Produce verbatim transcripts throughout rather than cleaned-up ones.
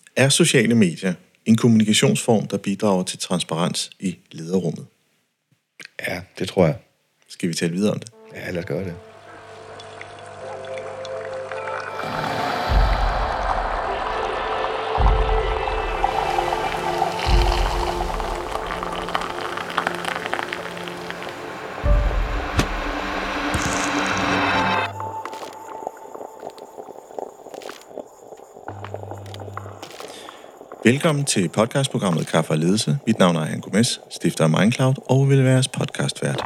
Er sociale medier en kommunikationsform, der bidrager til transparens i lederrummet? Ja, det tror jeg. Skal vi tale videre om det? Ja, lad os gøre det. Velkommen til podcastprogrammet Kaffe og Ledelse. Mit navn er Han Gomez, stifter af Mindcloud og vil være jeres podcastvært.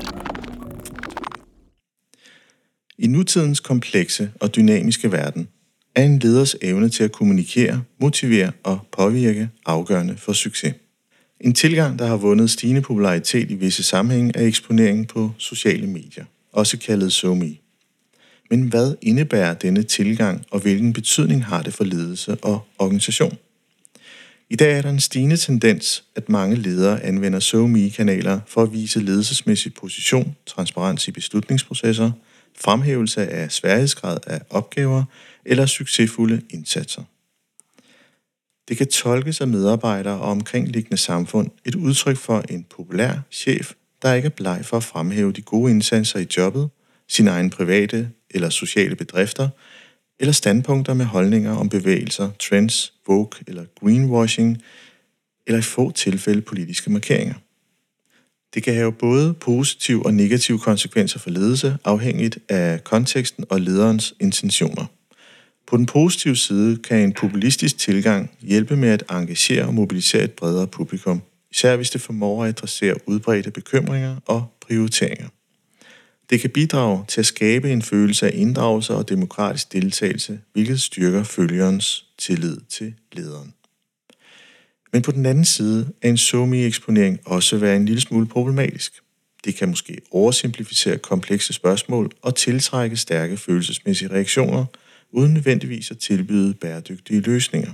I nutidens komplekse og dynamiske verden er en leders evne til at kommunikere, motivere og påvirke afgørende for succes. En tilgang, der har vundet stigende popularitet i visse sammenhænge, er eksponeringen på sociale medier, også kaldet SoMe. Men hvad indebærer denne tilgang, og hvilken betydning har det for ledelse og organisation? I dag er der en stigende tendens, at mange ledere anvender SoMe-kanaler for at vise ledelsesmæssig position, transparens i beslutningsprocesser, fremhævelse af sværhedsgrad af opgaver eller succesfulde indsatser. Det kan tolkes af medarbejdere og omkringliggende samfund et udtryk for en populær chef, der ikke er bleg for at fremhæve de gode indsatser i jobbet, sine egne private eller sociale bedrifter, eller standpunkter med holdninger om bevægelser, trends, woke eller greenwashing, eller i få tilfælde politiske markeringer. Det kan have både positive og negative konsekvenser for ledelse, afhængigt af konteksten og lederens intentioner. På den positive side kan en populistisk tilgang hjælpe med at engagere og mobilisere et bredere publikum, især hvis det formår at adressere udbredte bekymringer og prioriteringer. Det kan bidrage til at skabe en følelse af inddragelse og demokratisk deltagelse, hvilket styrker følgerens tillid til lederen. Men på den anden side er en SoMe-eksponering også være en lille smule problematisk. Det kan måske oversimplificere komplekse spørgsmål og tiltrække stærke følelsesmæssige reaktioner, uden nødvendigvis at tilbyde bæredygtige løsninger.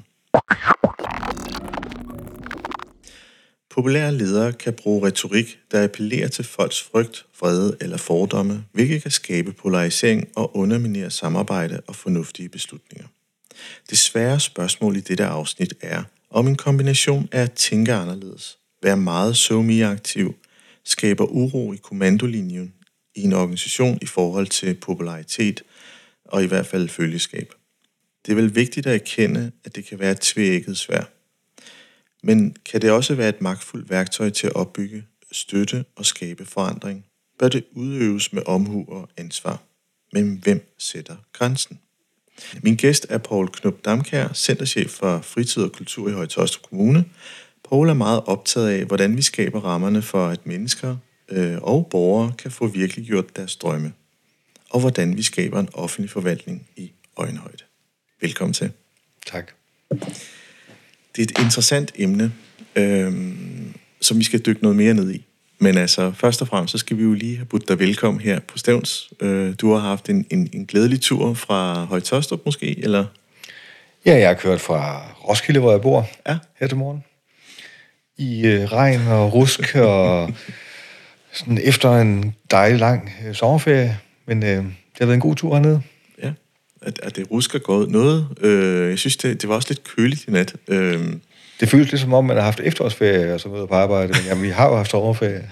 Populære ledere kan bruge retorik, der appellerer til folks frygt, vrede eller fordomme, hvilket kan skabe polarisering og underminere samarbejde og fornuftige beslutninger. Det svære spørgsmål i dette afsnit er, om en kombination af at tænke anderledes, være meget SoMe-aktiv, skaber uro i kommandolinjen i en organisation i forhold til popularitet og i hvert fald følgeskab. Det er vel vigtigt at erkende, at det kan være et tveægget sværd. Men kan det også være et magtfuldt værktøj til at opbygge, støtte og skabe forandring? Bør det udøves med omhu og ansvar? Men hvem sætter grænsen? Min gæst er Poul Knop Damkjær, centerchef for fritid og kultur i Høje-Taastrup Kommune. Poul er meget optaget af, hvordan vi skaber rammerne for, at mennesker øh, og borgere kan få virkeliggjort deres drømme. Og hvordan vi skaber en offentlig forvaltning i øjenhøjde. Velkommen til. Tak. Det er et interessant emne, øhm, som vi skal dykke noget mere ned i. Men altså, først og fremmest, så skal vi jo lige have budt dig velkommen her på Stevns. Øh, du har haft en, en, en glædelig tur fra Høje-Taastrup måske, eller? Ja, jeg har kørt fra Roskilde, hvor jeg bor, ja. her til morgen. I øh, regn og rusk, og sådan efter en dejlig lang øh, sommerferie. Men øh, det har været en god tur hernede. Ja, at, at det rusker godt noget. Øh, jeg synes, det, det var også lidt køligt i nat. Øh, Det føles lidt som om, man har haft efterårsferie og så ude på arbejde, men jamen, vi har jo haft sommerferie.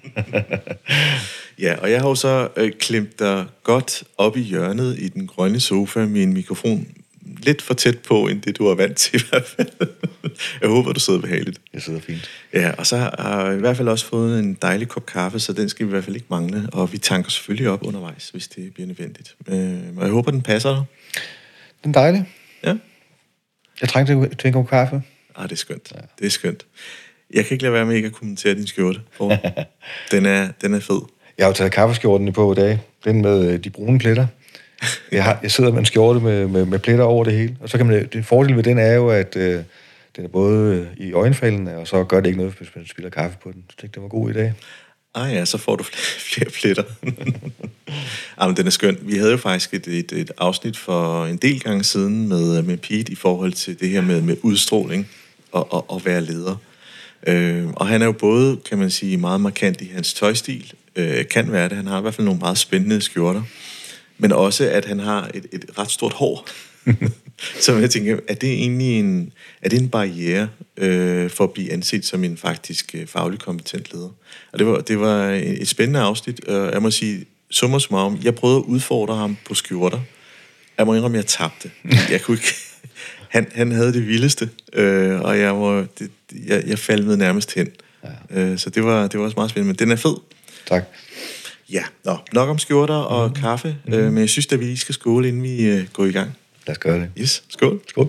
Ja, og jeg har jo så øh, klemt dig godt op i hjørnet i den grønne sofa med en mikrofon lidt for tæt på, end det du er vant til i hvert fald. Jeg håber, du sidder behageligt. Jeg sidder fint. Ja, og så har jeg i hvert fald også fået en dejlig kop kaffe, så den skal vi i hvert fald ikke mangle. Og vi tanker selvfølgelig op undervejs, hvis det bliver nødvendigt. Øh, og jeg håber, den passer dig. Den er dejlig. Ja. Jeg trængte til en kop kaffe. Ah, det er skønt. Ja. Det er skønt. Jeg kan ikke lade være med ikke at kommentere din skjorte. den, er, den er fed. Jeg har jo taget kaffeskjorten på i dag. Den med de brune pletter. Jeg, har, jeg sidder med en skjorte med, med, med pletter over det hele. Og så kan man, det fordel ved den er jo, at øh, den er både i øjenfaldene, og så gør det ikke noget, hvis man spiller kaffe på den. Så det, det var god i dag. Ah ja, så får du flere, flere pletter. ah, men den er skøn. Vi havde jo faktisk et, et, et afsnit for en del gange siden med, med Pete i forhold til det her med, med udstråling og, og, og være leder. Øh, og han er jo både, kan man sige, meget markant i hans tøjstil. Øh, kan være det. Han har i hvert fald nogle meget spændende skjorter. Men også, at han har et, et ret stort hår. Så jeg tænker, er det egentlig en, er det en barriere øh, for at blive anset som en faktisk øh, faglig kompetent leder? Og det var, det var et spændende afsnit. Øh, jeg må sige, summa summarum, jeg prøvede at udfordre ham på skjorter. Jeg må indrømme, jeg tabte. Jeg kunne ikke... Han, han havde det vildeste, øh, og jeg, var, det, jeg, jeg faldt nærmest hen. Ja. Øh, så det var, det var også meget spændende, men den er fed. Tak. Ja, nå, nok om skjorter og mm. kaffe, mm. Øh, men jeg synes, at vi lige skal skåle, inden vi øh, går i gang. Lad os gøre det. Yes, skål. Skål.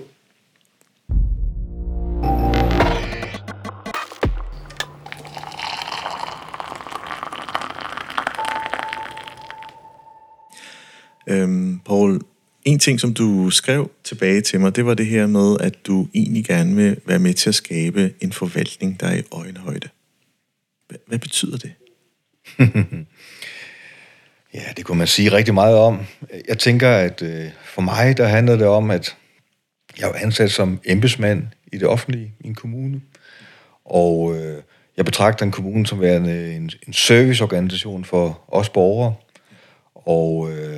Øhm, Poul, en ting, som du skrev tilbage til mig, det var det her med, at du egentlig gerne vil være med til at skabe en forvaltning, der er i øjenhøjde. Hvad, hvad betyder det? Ja, det kunne man sige rigtig meget om. Jeg tænker, at øh, for mig, der handler det om, at jeg er ansat som embedsmand i det offentlige i en kommune, og øh, jeg betragter en kommune som værende en, en serviceorganisation for os borgere, og, øh,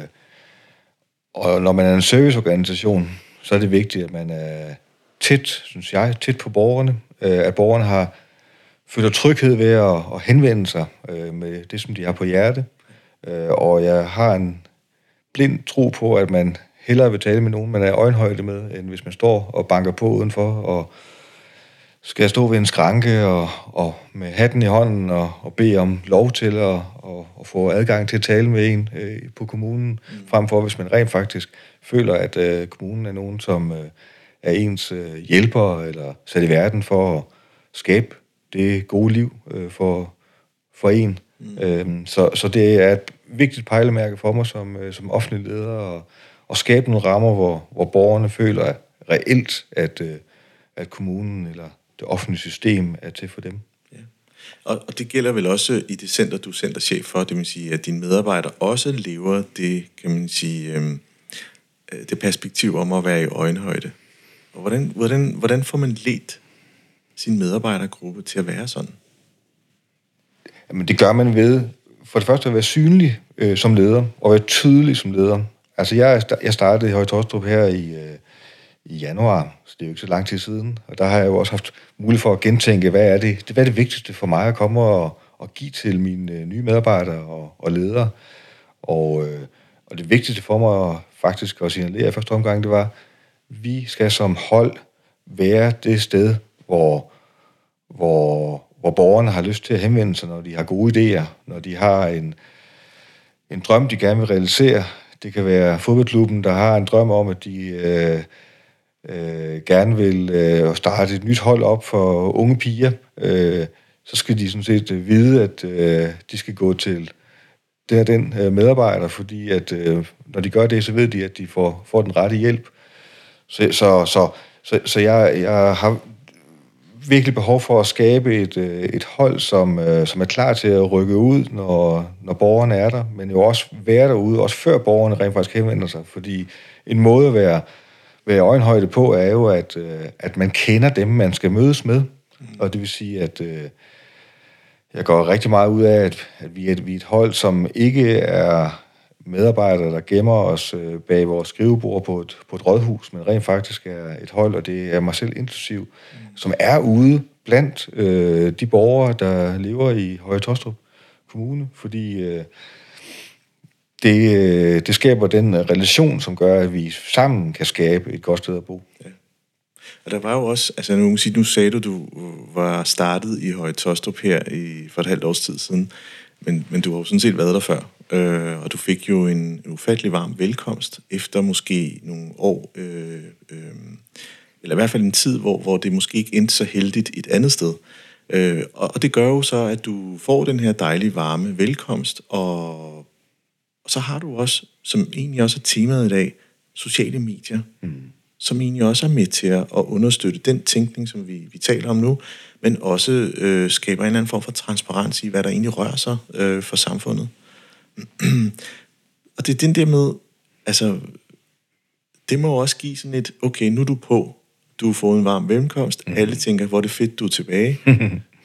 og når man er en serviceorganisation, så er det vigtigt, at man er tæt, synes jeg, tæt på borgerne, øh, at borgerne har føler tryghed ved at, at henvende sig øh, med det, som de har på hjerte. Øh, og jeg har en blind tro på, at man hellere vil tale med nogen, man er i øjenhøjde med, end hvis man står og banker på udenfor, og skal stå ved en skranke og, og med hatten i hånden og, og bede om lov til at og, og få adgang til at tale med en øh, på kommunen, mm. frem for hvis man rent faktisk føler, at øh, kommunen er nogen, som øh, er ens øh, hjælper eller sat i verden for at skabe det gode liv øh, for, for en. Mm. Øhm, så, så det er et vigtigt pejlemærke for mig som, øh, som offentlig leder at, at skabe nogle rammer, hvor, hvor borgerne føler reelt, at, øh, at kommunen eller det offentlige system er til for dem. Ja. Og, og det gælder vel også i det center, du er centerchef for, det vil sige, at dine medarbejdere også lever det, kan man sige, øh, det perspektiv om at være i øjenhøjde. Og hvordan, hvordan, hvordan får man ledt sin medarbejdergruppe til at være sådan? Jamen, det gør man ved, for det første at være synlig øh, som leder, og være tydelig som leder. Altså, jeg, jeg startede i Høje Taastrup her i, øh, i januar, så det er jo ikke så lang tid siden, og der har jeg jo også haft mulighed for at gentænke, hvad er det, hvad er det vigtigste for mig at komme og, og give til mine øh, nye medarbejdere og, og ledere. Og, øh, og det vigtigste for mig faktisk at signalere i første omgang, det var, vi skal som hold være det sted, hvor, hvor, hvor borgerne har lyst til at henvende sig, når de har gode idéer, når de har en, en drøm, de gerne vil realisere. Det kan være fodboldklubben, der har en drøm om, at de øh, øh, gerne vil øh, starte et nyt hold op for unge piger. Øh, så skal de sådan set vide, at øh, de skal gå til det er den øh, medarbejder, fordi at øh, når de gør det, så ved de, at de får, får den rette hjælp. Så, så, så, så, så jeg, jeg har virkelig behov for at skabe et, et hold, som, som er klar til at rykke ud, når, når borgerne er der, men jo også være derude, også før borgerne rent faktisk henvender sig. Fordi en måde at være, være øjenhøjde på, er jo, at, at man kender dem, man skal mødes med. Mm. Og det vil sige, at jeg går rigtig meget ud af, at, at vi, er, vi er et hold, som ikke er medarbejdere, der gemmer os bag vores skrivebord på et, på et rådhus, men rent faktisk er et hold, og det er mig selv inklusiv, mm. som er ude blandt øh, de borgere, der lever i Høje Taastrup Kommune, fordi øh, det, øh, det skaber den relation, som gør, at vi sammen kan skabe et godt sted at bo. Ja. Og der var jo også, altså nu, nu sagde du, du var startet i Høje Taastrup her i, for et halvt års tid siden, men, men du har jo sådan set været der før. Øh, og du fik jo en, en ufattelig varm velkomst efter måske nogle år, øh, øh, eller i hvert fald en tid, hvor, hvor det måske ikke endte så heldigt et andet sted. Øh, og, og det gør jo så, at du får den her dejlige varme velkomst, og, og så har du også, som egentlig også er temaet i dag, sociale medier, mm. som egentlig også er med til at understøtte den tænkning, som vi, vi taler om nu, men også øh, skaber en eller anden form for transparens i, hvad der egentlig rører sig øh, for samfundet. Og det er den der med, altså, det må også give sådan et, okay, nu er du på, du har fået en varm velkomst, mm. alle tænker, hvor er det fedt, du er tilbage.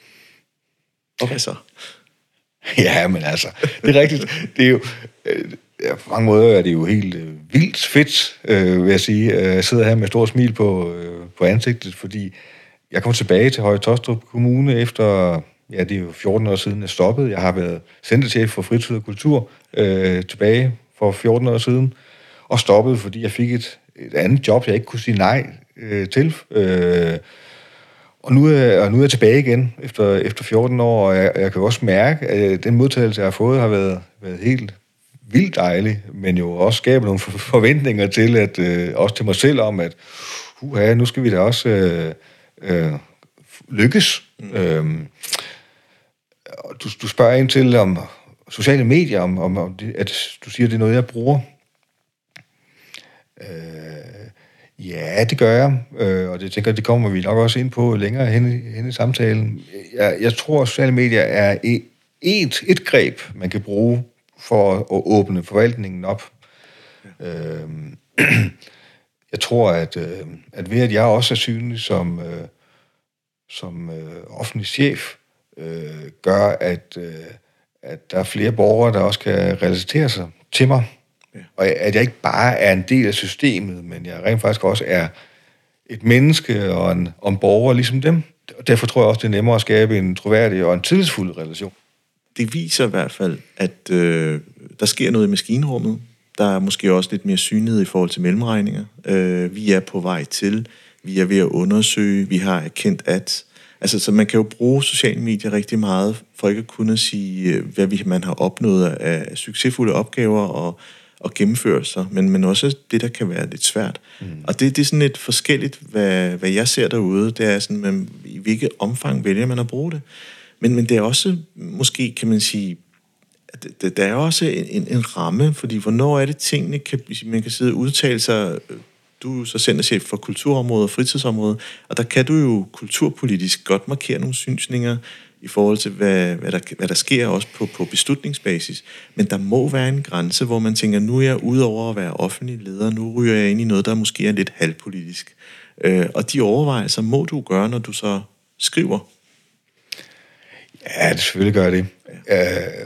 Og hvad så? Ja, men altså, det er rigtigt. Det er jo, ja, på mange måder er det jo helt øh, vildt fedt, øh, vil jeg sige. Jeg sidder her med stor smil på, øh, på ansigtet, fordi jeg kom tilbage til Høje Taastrup Kommune efter, ja, det er jo fjorten år siden, jeg stoppede. Jeg har været centerchef for fritid og kultur øh, tilbage for fjorten år siden, og stoppede, fordi jeg fik et, et andet job, jeg ikke kunne sige nej øh, til. Øh, og, nu er, og nu er jeg tilbage igen efter, efter fjorten år, og jeg, jeg kan også mærke, at den modtagelse, jeg har fået, har været, været helt vildt dejlig, men jo også skaber nogle forventninger til, at øh, også til mig selv om, at uha, nu skal vi da også øh, øh, lykkes. Mm. Øhm, du, du spørger ind til om sociale medier, om, om, om det, at du siger, at det er noget, jeg bruger. Øh, ja, det gør jeg, øh, og det tænker det kommer vi nok også ind på længere hen, hen i samtalen. Jeg, jeg tror, at sociale medier er et, et greb, man kan bruge for at åbne forvaltningen op. Ja. Øhm, jeg tror, at, øh, at ved at jeg også er synlig som, øh, som øh, offentlig chef, øh, gør, at, øh, at der er flere borgere, der også kan relatere sig til mig. Ja. Og at jeg ikke bare er en del af systemet, men jeg rent faktisk også er et menneske og en, og en borger ligesom dem. Og derfor tror jeg også, det er nemmere at skabe en troværdig og en tillidsfuld relation. Det viser i hvert fald, at øh, der sker noget i maskinrummet. Der er måske også lidt mere synlighed i forhold til mellemregninger. Øh, vi er på vej til. Vi er ved at undersøge. Vi har erkendt at. Altså, så man kan jo bruge sociale medier rigtig meget, for ikke at kunne sige, hvad vi, man har opnået af succesfulde opgaver og, og gennemførelser, men, men også det, der kan være lidt svært. Mm. Og det, det er sådan lidt forskelligt, hvad, hvad jeg ser derude. Det er sådan, man, i hvilket omfang vælger man at bruge det. Men, men det er også, måske kan man sige, at der er også en, en ramme, fordi hvornår er det tingene, kan, man kan sidde og udtale sig. Du er så centerchef for kulturområdet og fritidsområdet, og der kan du jo kulturpolitisk godt markere nogle synsninger i forhold til, hvad, hvad, der, hvad der sker også på, på beslutningsbasis. Men der må være en grænse, hvor man tænker, nu er jeg ude over at være offentlig leder, nu ryger jeg ind i noget, der måske er lidt halvpolitisk. Øh, og de overvejelser må du gøre, når du så skriver. Ja, det selvfølgelig gør det. Ja. Øh,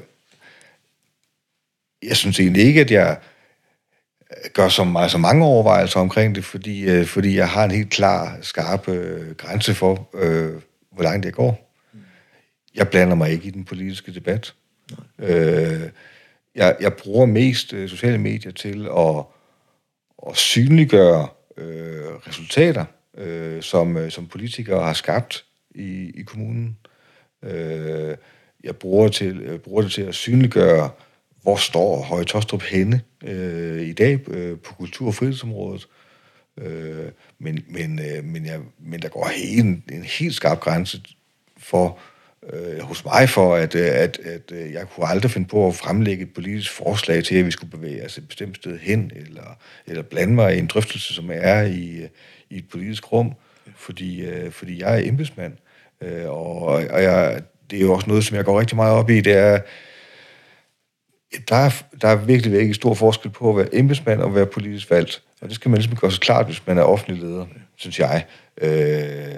jeg synes egentlig ikke, at jeg gør så, meget, så mange overvejelser omkring det, fordi, øh, fordi jeg har en helt klar, skarp øh, grænse for, øh, hvor langt det går. Mm. Jeg blander mig ikke i den politiske debat. Øh, jeg, jeg bruger mest øh, sociale medier til at, at synliggøre øh, resultater, øh, som, øh, som politikere har skabt i, i kommunen. Øh, jeg bruger, til, jeg bruger det til at synliggøre, hvor står Høje Taastrup henne øh, i dag øh, på kultur- og fritidsområdet. Øh, men, men, øh, men, jeg, men der går en, en helt skarp grænse for, øh, hos mig for, at, at, at jeg kunne aldrig finde på at fremlægge et politisk forslag til, at vi skulle bevæge os et bestemt sted hen, eller, eller blande mig i en drøftelse, som er i, i et politisk rum, fordi, øh, fordi jeg er embedsmand. Øh, og og jeg, det er jo også noget, som jeg går rigtig meget op i, det er, Der er, der er virkelig, virkelig stor forskel på at være embedsmand og være politisk valgt. Og det skal man ligesom gøre så klart, hvis man er offentlig leder, synes jeg. Øh,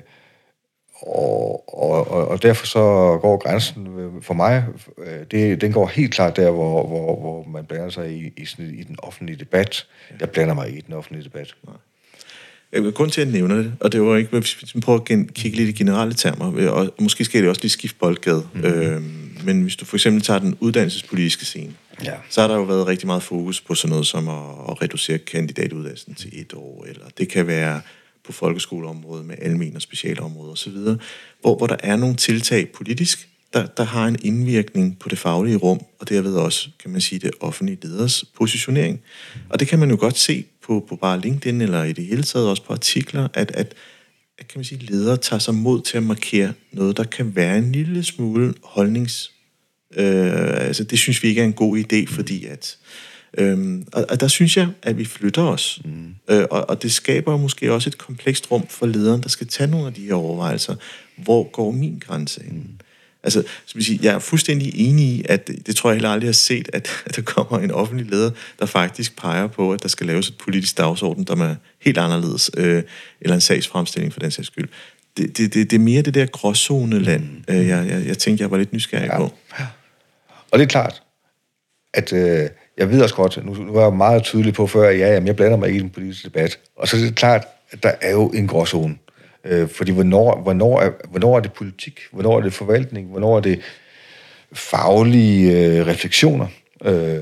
og, og, og derfor så går grænsen for mig, det, den går helt klart der, hvor, hvor, hvor man blander sig i, i, sådan, i den offentlige debat. Jeg blander mig i den offentlige debat. Nej. Grund til at nævne det, og det var ikke, hvis vi prøver at kigge lidt i generelle termer, og måske skal det også lige skifte boldgade. Mm-hmm. Øhm, men hvis du for eksempel tager den uddannelsespolitiske scene, ja. Så har der jo været rigtig meget fokus på sådan noget som at, at reducere kandidatuddannelsen til et år, eller det kan være på folkeskoleområdet med almen og specialområder osv., hvor, hvor der er nogle tiltag politisk, der, der har en indvirkning på det faglige rum, og derved også, kan man sige, det offentlige leders positionering. Og det kan man jo godt se på, på bare LinkedIn, eller i det hele taget også på artikler, at, at, at kan man sige, ledere tager sig mod til at markere noget, der kan være en lille smule holdnings. Øh, altså det synes vi ikke er en god idé, fordi at øh, og, og der synes jeg, at vi flytter os. Mm. Øh, og, og det skaber måske også et komplekst rum for lederen, der skal tage nogle af de her overvejelser. Hvor går min grænse ind? Mm. Altså, som jeg, siger, jeg er fuldstændig enig i, at det tror jeg heller aldrig har set, at, at der kommer en offentlig leder, der faktisk peger på, at der skal laves et politisk dagsorden, der er helt anderledes, øh, eller en sagsfremstilling for den sags skyld. Det, det, det, det er mere det der gråzoneland, mm. øh, jeg, jeg, jeg tænkte, jeg var lidt nysgerrig ja. på. Og det er klart, at øh, jeg ved også godt, nu, nu var jeg meget tydelig på før, at ja, jamen, jeg blander mig ikke i den politiske debat. Og så er det klart, at der er jo en gråzone. Øh, fordi hvornår, hvornår, er, hvornår er det politik? Hvornår er det forvaltning? Hvornår er det faglige øh, refleksioner? Øh,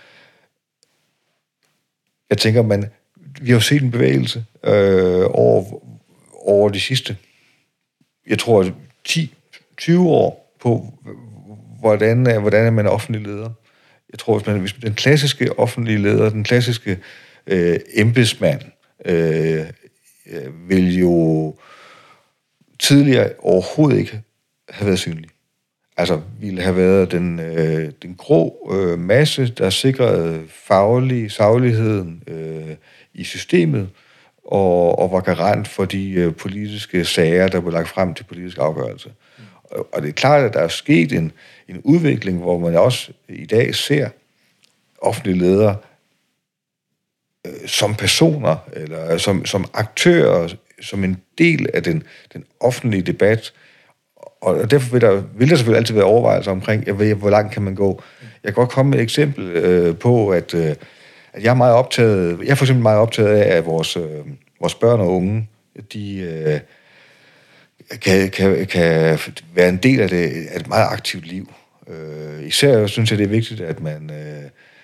jeg tænker, man, vi har jo set en bevægelse øh, over, over de sidste, jeg tror, ti til tyve år på, hvordan er, hvordan er man offentlig leder. Jeg tror, hvis man, hvis den klassiske offentlige leder, den klassiske øh, embedsmand, øh, øh, vil jo tidligere overhovedet ikke have været synlig. Altså, ville have været den, øh, den grå øh, masse, der sikrede faglig sagligheden øh, i systemet, og, og var garant for de øh, politiske sager, der blev lagt frem til politisk afgørelse. Mm. Og, og det er klart, at der er sket en, en udvikling, hvor man også i dag ser offentlige ledere øh, som personer, eller som, som aktører, som en del af den, den offentlige debat. Og derfor vil der, vil der selvfølgelig altid være overvejelser omkring, jeg ved, hvor langt kan man gå. Jeg kan godt komme med et eksempel øh, på, at, øh, at jeg er meget optaget, jeg er for eksempel meget optaget af, at vores, øh, vores børn og unge, de øh, kan, kan, kan være en del af, det, af et meget aktivt liv. Øh, især synes jeg, det er vigtigt, at man... Øh,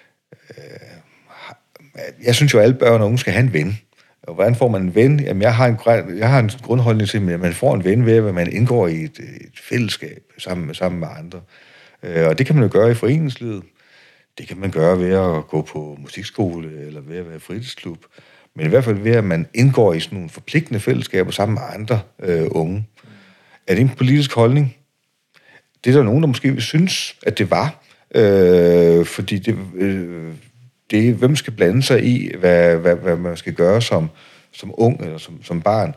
øh, jeg synes jo, at alle børn og unge skal have en ven. Og hvordan får man en ven? Jamen, jeg har en, jeg har en grundholdning til, at man får en ven ved, at man indgår i et, et fællesskab sammen, sammen med andre. Øh, og det kan man jo gøre i foreningslivet. Det kan man gøre ved at gå på musikskole, eller ved at være fritidsklub. Men i hvert fald ved, at man indgår i sådan nogle forpligtende fællesskaber sammen med andre øh, unge. Er det en politisk holdning? Det er der nogen, der måske synes, at det var. Øh, fordi det... Øh, Det er, hvem skal blande sig i, hvad, hvad, hvad man skal gøre som, som ung eller som, som barn.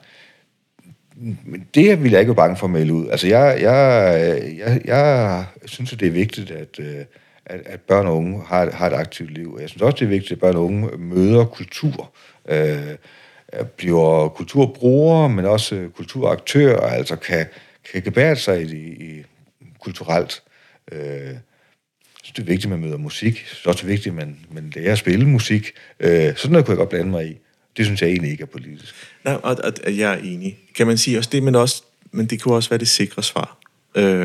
Men det vil jeg ikke være bange for at melde ud. Altså, jeg, jeg, jeg, jeg synes, at det er vigtigt, at, at, at børn og unge har, har et aktivt liv. Jeg synes også, det er vigtigt, at børn og unge møder kultur. Øh, bliver kulturbrugere, men også kulturaktører, altså kan, kan gebære sig i, i kulturelt. Øh, det er vigtigt, at man møder musik. Det er også vigtigt, at man, man lærer at spille musik. Øh, sådan noget kunne jeg godt blande mig i. Det synes jeg egentlig ikke er politisk. Nej, og, og jeg er enig. Kan man sige også det, men, også, men det kunne også være det sikre svar. Øh, det,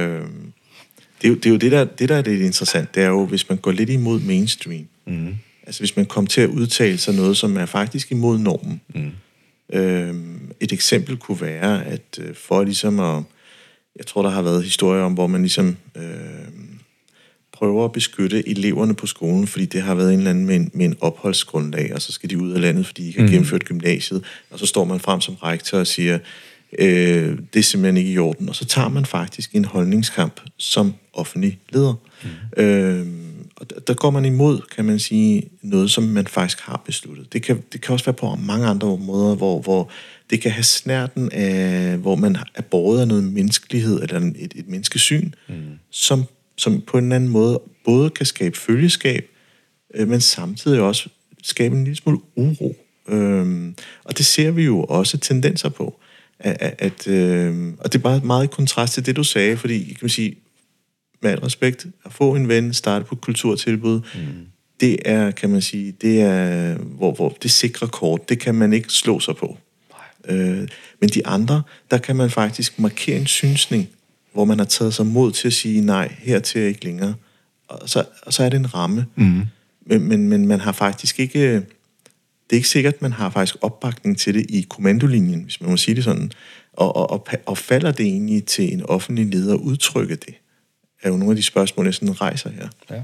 er jo, det er jo det, der, det, der er lidt interessant. Det er jo, hvis man går lidt imod mainstream. Mm. Altså, hvis man kommer til at udtale sig noget, som er faktisk imod normen. Mm. Øh, et eksempel kunne være, at for ligesom at... Jeg tror, der har været historier om, hvor man ligesom... Øh, prøver at beskytte eleverne på skolen, fordi det har været en eller anden med en, med en opholdsgrundlag, og så skal de ud af landet, fordi de ikke har gennemført gymnasiet, og så står man frem som rektor og siger, øh, det er simpelthen ikke i orden, og så tager man faktisk en holdningskamp som offentlig leder. Mm. Øh, og der, der går man imod, kan man sige, noget, som man faktisk har besluttet. Det kan, det kan også være på mange andre måder, hvor, hvor det kan have snærten af, hvor man er båret af noget menneskelighed, eller et, et menneskesyn, mm. som som på en anden måde både kan skabe følgeskab, øh, men samtidig også skabe en lille smule uro. Øhm, og det ser vi jo også tendenser på. At, at, øh, og det er bare meget i kontrast til det, du sagde, fordi, kan man sige, med al respekt, at få en ven, starte på et kulturtilbud, mm. det er, kan man sige, det er, hvor, hvor det sikre kort, det kan man ikke slå sig på. Øh, men de andre, der kan man faktisk markere en synsning, hvor man har taget sig mod til at sige, nej, hertil er ikke længere. Og så, og så er det en ramme. Mm. Men, men, men man har faktisk ikke... Det er ikke sikkert, at man har faktisk opbakning til det i kommandolinjen, hvis man må sige det sådan. Og, og, og, og falder det egentlig til en offentlig leder at udtrykke det? Er jo nogle af de spørgsmål, jeg sådan rejser her. Ja.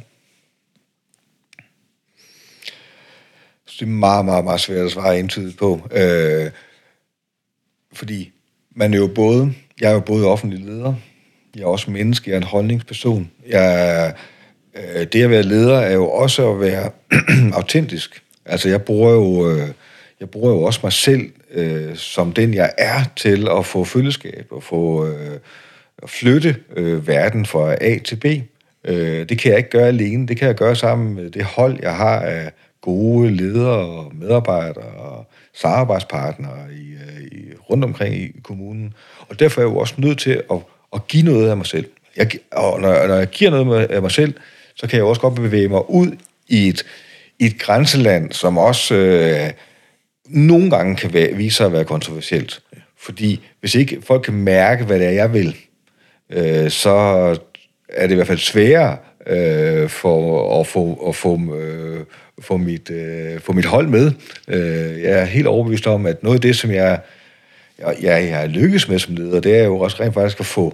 Så det er meget, meget, meget svært at svare entydigt på. Øh, fordi man er jo både... Jeg er jo både offentlig leder, jeg er også menneske, jeg er en holdningsperson. Jeg, øh, det at være leder er jo også at være autentisk. Altså jeg bruger jo, øh, jeg bruger jo også mig selv øh, som den jeg er til at få følgeskab og få øh, at flytte øh, verden fra A til B. Øh, det kan jeg ikke gøre alene. Det kan jeg gøre sammen med det hold jeg har af gode ledere og medarbejdere og samarbejdspartnere i, i, rundt omkring i kommunen. Og derfor er jeg jo også nødt til at, at give noget af mig selv. Jeg, og når, når jeg giver noget af mig selv, så kan jeg også godt bevæge mig ud i et, i et grænseland, som også øh, nogle gange kan være, vise sig at være kontroversielt. Fordi hvis ikke folk kan mærke, hvad det er, jeg vil, øh, så er det i hvert fald sværere øh, for at få, at få, øh, få, mit, øh, få mit hold med. Øh, jeg er helt overbevist om, at noget af det, som jeg, jeg, jeg lykkes med som leder, det er jo også rent faktisk at få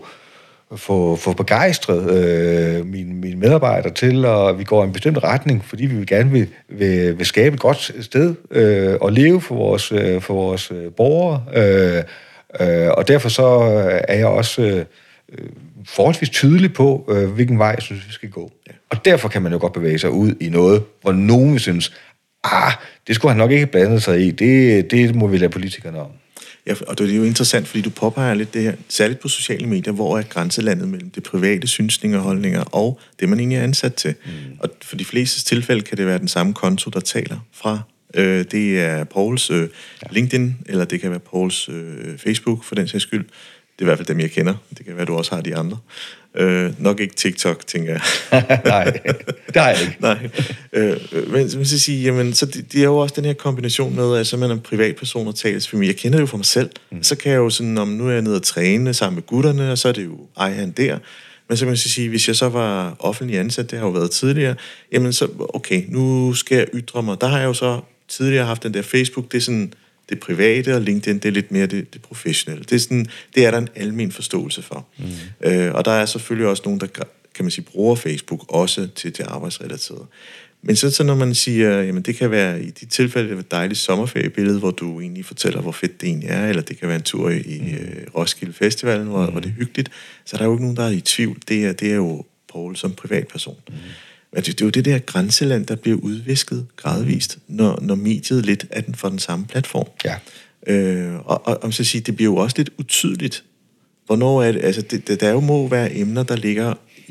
få, få begejstret øh, mine, mine medarbejdere til, og vi går i en bestemt retning, fordi vi vil gerne vil, vil, vil skabe et godt sted øh, og leve for vores, øh, for vores øh, borgere. Øh, øh, og derfor så er jeg også øh, forholdsvis tydelig på, øh, hvilken vej jeg synes, vi skal gå. Ja. Og derfor kan man jo godt bevæge sig ud i noget, hvor nogen vil synes, ah, det skulle han nok ikke blande sig i, det, det må vi lade politikerne om. Ja, og det er jo interessant, fordi du påpeger lidt det her, særligt på sociale medier, hvor er grænselandet mellem det private synsninger og holdninger og det, man egentlig er ansat til. Mm. Og for de fleste tilfælde kan det være den samme konto, der taler fra. Øh, det er Pauls øh, LinkedIn, eller det kan være Pauls øh, Facebook, for den sags skyld. Det er i hvert fald dem, jeg kender. Det kan være, at du også har de andre. Øh, nok ikke TikTok, tænker jeg. Nej, det har jeg ikke. Nej. Øh, men så vil sige, jamen, så det, det er jo også den her kombination med, at så man er en privatperson og taler til familie. Jeg kender det jo for mig selv. Mm. Så kan jeg jo sådan, om nu er jeg nede og træne sammen med gutterne, og så er det jo ej, han der. Men så kan man sige, hvis jeg så var offentlig ansat, det har jo været tidligere, jamen så, okay, nu skal jeg ytre mig. Der har jeg jo så tidligere haft den der Facebook, det er sådan det private, og LinkedIn, det er lidt mere det, det professionelle. Det er, sådan, det er der en almen forståelse for. Mm. Øh, og der er selvfølgelig også nogen, der kan man sige, bruger Facebook også til det arbejdsrelaterede. Men så, så når man siger, jamen det kan være i de tilfælde, det er et dejligt sommerferiebillede, hvor du egentlig fortæller, hvor fedt det egentlig er, eller det kan være en tur i, i uh, Roskilde Festivalen, hvor, mm. hvor det er hyggeligt, så er der jo ikke nogen, der er i tvivl. Det er, det er jo Poul som privatperson. Mm. Men det, det er jo det der grænseland, der bliver udvisket gradvist, når, når mediet lidt er den for den samme platform. Ja. Øh, og, og, og så sige, det bliver jo også lidt utydeligt. Hvornår er det, altså det, det, der jo må være emner, der ligger.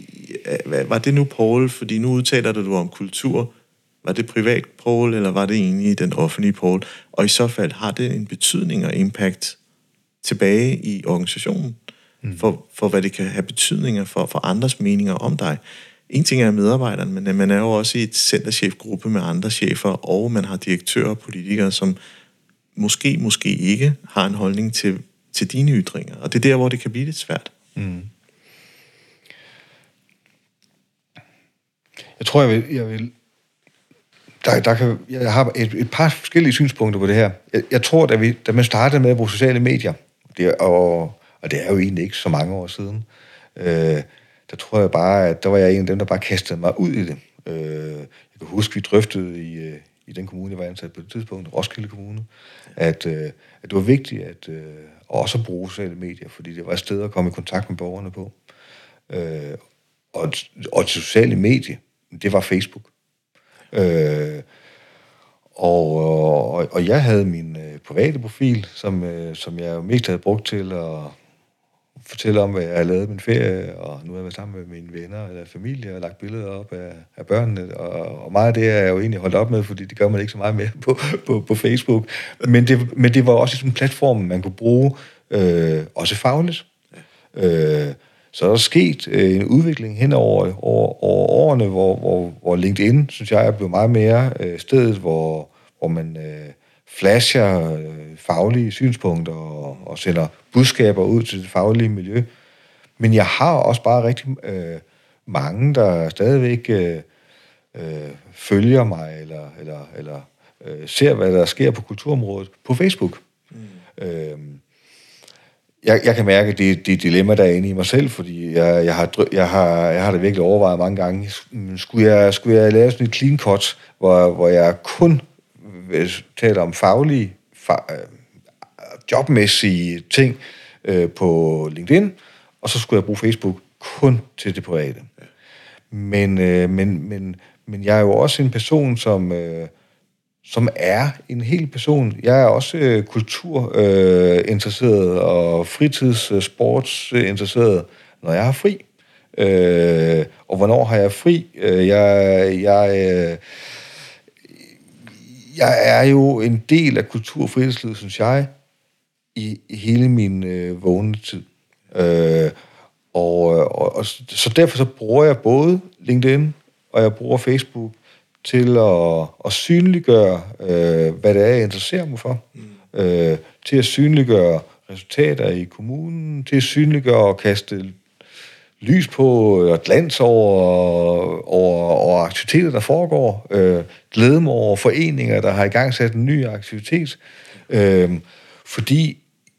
Var det nu Poul, fordi nu udtaler du om kultur, var det privat Poul, eller var det egentlig den offentlige Poul? Og i så fald, har det en betydning og impact tilbage i organisationen, mm. for, for hvad det kan have betydninger for, for andres meninger om dig? En ting er medarbejderen, men man er jo også i et centerchefgruppe med andre chefer, og man har direktører og politikere, som måske, måske ikke har en holdning til, til dine ytringer. Og det er der, hvor det kan blive lidt svært. Mm. Jeg tror, jeg vil... Jeg vil der, der kan, jeg har et, et par forskellige synspunkter på det her. Jeg, jeg tror, da, vi, da man startede med at bruge sociale medier, det, og, og det er jo egentlig ikke så mange år siden, øh, der tror jeg bare, at der var jeg en af dem, der bare kastede mig ud i det. Øh, jeg kan huske, vi drøftede i, øh, i den kommune, jeg var ansat på det tidspunkt, Roskilde Kommune, at, øh, at det var vigtigt at øh, også bruge sociale medier, fordi det var et sted at komme i kontakt med borgerne på. Øh, og, og det sociale medie, det var Facebook. Øh, og, og, og jeg havde min øh, private profil, som, øh, som jeg mest havde brugt til at fortælle om, hvad jeg havde lavet min ferie, og nu har jeg været sammen med mine venner eller familie, og lagt billeder op af, af børnene, og, og meget af det er jeg jo egentlig holdt op med, fordi det gør man ikke så meget mere på, på, på Facebook. Men det, men det var også sådan en platform, man kunne bruge, øh, også fagligt. Øh, så er der sket øh, en udvikling hen over, over, over årene, hvor, hvor, hvor LinkedIn, synes jeg, er blevet meget mere øh, stedet, hvor, hvor man øh, flasher øh, faglige synspunkter og, og sender budskaber ud til det faglige miljø. Men jeg har også bare rigtig øh, mange, der stadigvæk øh, øh, følger mig, eller, eller, eller øh, ser, hvad der sker på kulturområdet på Facebook. Mm. Øh, Jeg, jeg kan mærke, at det, det dilemma, der er inde i mig selv, fordi jeg, jeg, har, jeg, har, jeg har det virkelig overvejet mange gange. Skulle jeg, skulle jeg lave sådan et clean cut, hvor, hvor jeg kun taler om faglige, fa, jobmæssige ting øh, på LinkedIn, og så skulle jeg bruge Facebook kun til det private. Men, øh, men, men, men jeg er jo også en person, som... Øh, som er en hel person. Jeg er også øh, kulturinteresseret øh, og fritidssportsinteresseret, når jeg har fri. Øh, og hvornår har jeg fri? Øh, jeg, jeg, øh, jeg er jo en del af kultur- og fritidslivet, synes jeg, i, i hele min øh, vågne tid. Øh, og, og, og så derfor så bruger jeg både LinkedIn og jeg bruger Facebook til at, at synliggøre, øh, hvad det er, jeg interesserer mig for. Mm. Øh, til at synliggøre resultater i kommunen, til at synliggøre og kaste lys på og glans over, over, over aktiviteter, der foregår. Øh, glæde mig over foreninger, der har i gang sat en ny aktivitet. Øh, fordi,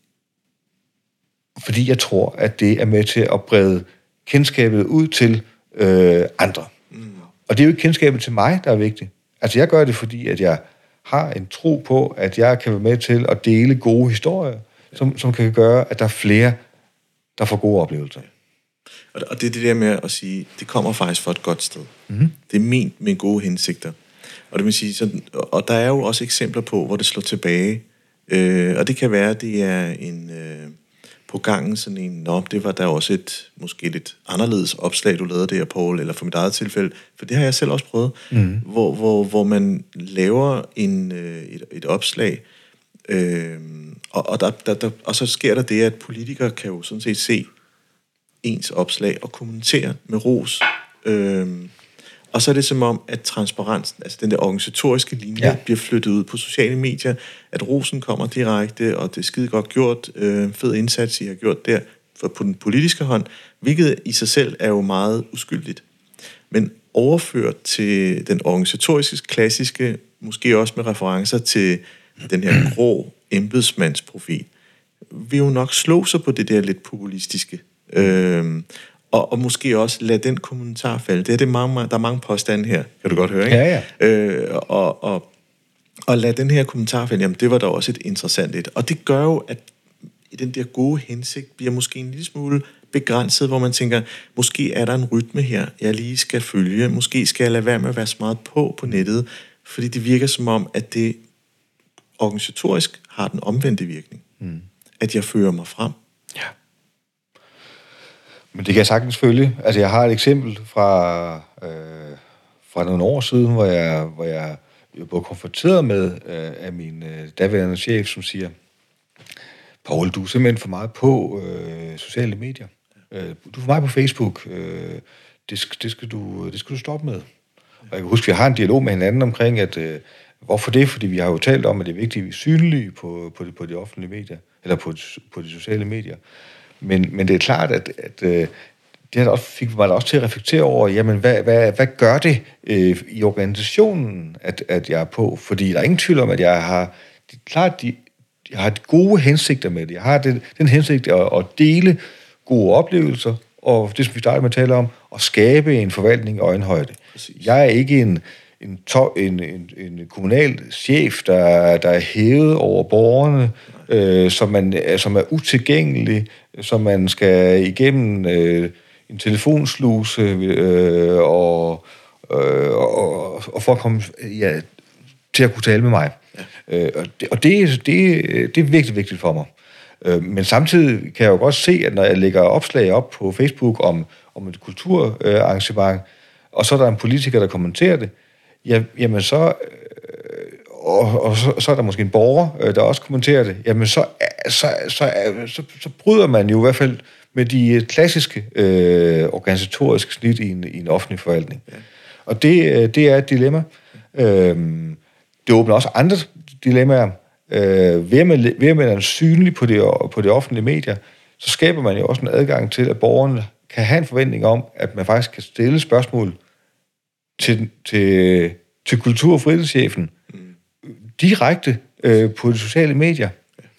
fordi jeg tror, at det er med til at brede kendskabet ud til øh, andre. Mm. Og det er jo ikke kendskabet til mig, der er vigtigt. Altså jeg gør det, fordi at jeg har en tro på, at jeg kan være med til at dele gode historier, som, som kan gøre, at der er flere, der får gode oplevelser. Og det er det der med at sige, det kommer faktisk fra et godt sted. Mm-hmm. Det er ment med gode hensigter. Og det vil sige, sådan, og der er jo også eksempler på, hvor det slår tilbage. Øh, og det kan være, at det er en øh, på gangen sådan en, nå, det var der også et måske lidt anderledes opslag, du lavede der, Poul, eller for mit eget tilfælde, for det har jeg selv også prøvet, mm. hvor, hvor, hvor man laver en, øh, et, et opslag, øh, og, og, der, der, der, og så sker der det, at politikere kan jo sådan set se ens opslag og kommentere med ros. Øhm, og så er det som om, at transparensen, altså den der organisatoriske linje, ja. bliver flyttet ud på sociale medier, at rosen kommer direkte, og det er skide godt gjort, øh, fed indsats, I har gjort der for, på den politiske hånd, hvilket i sig selv er jo meget uskyldigt. Men overført til den organisatoriske, klassiske, måske også med referencer til den her grå embedsmandsprofil, vil jo nok slå sig på det der lidt populistiske. Øhm, og, og måske også lade den kommentar falde. Det er det mange, der er mange påstande her, kan du godt høre, ikke? Ja, ja. Øh, og, og, og lade den her kommentar falde, jamen det var da også et interessant et. Og det gør jo, at den der gode hensigt bliver måske en lille smule begrænset, hvor man tænker, måske er der en rytme her, jeg lige skal følge, måske skal jeg lade være med at være så meget på på nettet, fordi det virker som om, at det organisatorisk har den omvendte virkning. Mm. At jeg fører mig frem. Ja. Men det kan jeg sagtens følge. Altså, jeg har et eksempel fra, øh, fra nogle år siden, hvor jeg, hvor jeg blev konfronteret med øh, af min øh, daværende chef, som siger, Poul, du er simpelthen for meget på øh, sociale medier. Øh, du er for meget på Facebook. Øh, det, det, skal du, det skal du stoppe med. Og jeg kan huske, at jeg har en dialog med hinanden omkring, at øh, hvorfor det? Fordi vi har jo talt om, at det er vigtigt, at vi er synlige på, på, de, på de offentlige medier, eller på, på de sociale medier. Men, men det er klart, at, at øh, det har også, fik mig også til at reflektere over, jamen, hvad, hvad, hvad gør det øh, i organisationen, at, at jeg er på? Fordi der er ingen tvivl om, at jeg har, det er klart, de, jeg har de gode hensigter med det. Jeg har den, den hensigt at, at dele gode oplevelser, og det, som vi startede med at tale om, at skabe en forvaltning i øjenhøjde. Præcis. Jeg er ikke en, en, to, en, en, en kommunal chef, der, der er hævet over borgerne, øh, som, man, som er utilgængelig, som man skal igennem øh, en telefonsluse øh, og, øh, og, og for at komme ja, til at kunne tale med mig. Ja. Øh, og det, og det, det, det er virkelig vigtigt for mig. Øh, men samtidig kan jeg jo godt se, at når jeg lægger opslag op på Facebook om, om et kulturarrangement, og så er der en politiker, der kommenterer det, ja, jamen så... Og, og så, så er der måske en borger, der også kommenterer det, jamen så, så, så, så, så bryder man jo i hvert fald med de klassiske øh, organisatoriske snit i en, i en offentlig forvaltning. Ja. Og det, det er et dilemma. Øhm, det åbner også andre dilemmaer. Øh, ved, at man, ved at man er synlig på de, på de offentlige medier, så skaber man jo også en adgang til, at borgerne kan have en forventning om, at man faktisk kan stille spørgsmål til, til, til kultur- og fritidschefen, direkte øh, på de sociale medier.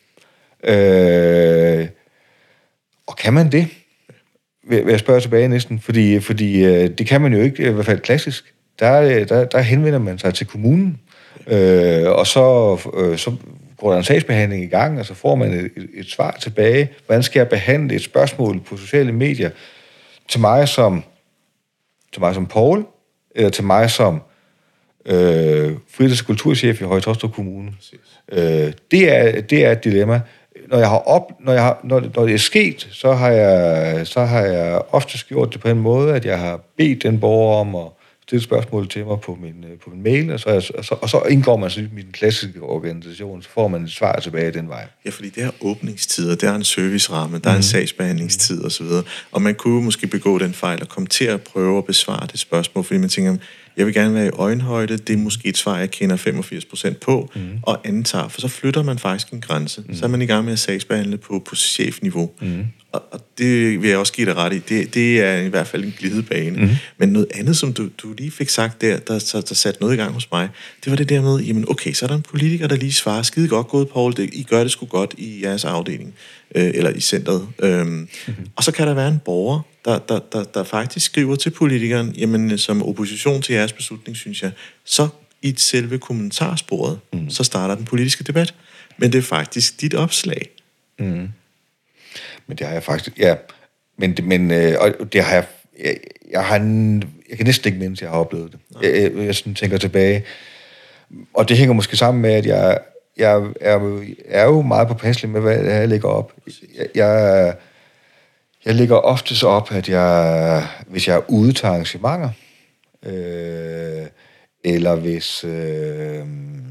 Øh, og kan man det? Vil, vil jeg spørge tilbage næsten, fordi, fordi øh, det kan man jo ikke, i hvert fald klassisk. Der, der, der henvender man sig til kommunen, øh, og så, øh, så går der en sagsbehandling i gang, og så får man et, et, et svar tilbage. Hvordan skal jeg behandle et spørgsmål på sociale medier til mig som, til mig som Poul, eller til mig som Øh, fritids- og kulturchef i Høje Taastrup Kommune. Øh, det, er, det er et dilemma. Når jeg har op, når jeg har, når, når det er sket, så har jeg, så har jeg ofte gjort det på en måde, at jeg har bedt den borger om at stille spørgsmål til mig på min, på min mail, og så, og, så, og så indgår man så i min klassiske organisation, så får man et svar tilbage den vej. Ja, fordi det er åbningstider, der er en serviceramme, der er en sagsbehandlingstid osv., og man kunne måske begå den fejl og komme til at prøve at besvare det spørgsmål, fordi man tænker, jeg vil gerne være i øjenhøjde, det er måske et svar, jeg kender femogfirs procent på, mm. og antager, for så flytter man faktisk en grænse. Mm. Så er man i gang med at sagsbehandle på, på chefniveau. Mm. Og, og det vil jeg også give dig ret i. Det, det er i hvert fald en glidebane. Mm. Men noget andet, som du, du lige fik sagt der, der, der, der satte noget i gang hos mig, det var det der med, jamen okay, så er der en politiker, der lige svarer, skide godt gået, Poul, det, I gør det sgu godt i jeres afdeling, øh, eller i centret. Øhm, mm-hmm. Og så kan der være en borger, der, der, der, der faktisk skriver til politikeren, jamen som opposition til jeres beslutning, synes jeg, så i selve kommentarsporet, mm. så starter den politiske debat. Men det er faktisk dit opslag. Mm. Men det har jeg faktisk, ja, men, men øh, og det har jeg, jeg, jeg har en, jeg kan næsten ikke mindes, jeg har oplevet det. Jeg, jeg, jeg sådan tænker tilbage, og det hænger måske sammen med, at jeg, jeg er, er jo meget påpasselig med, hvad jeg lægger op. Jeg, jeg, jeg lægger ofte så op, at jeg, hvis jeg er ude til arrangementer, øh, eller hvis, øh,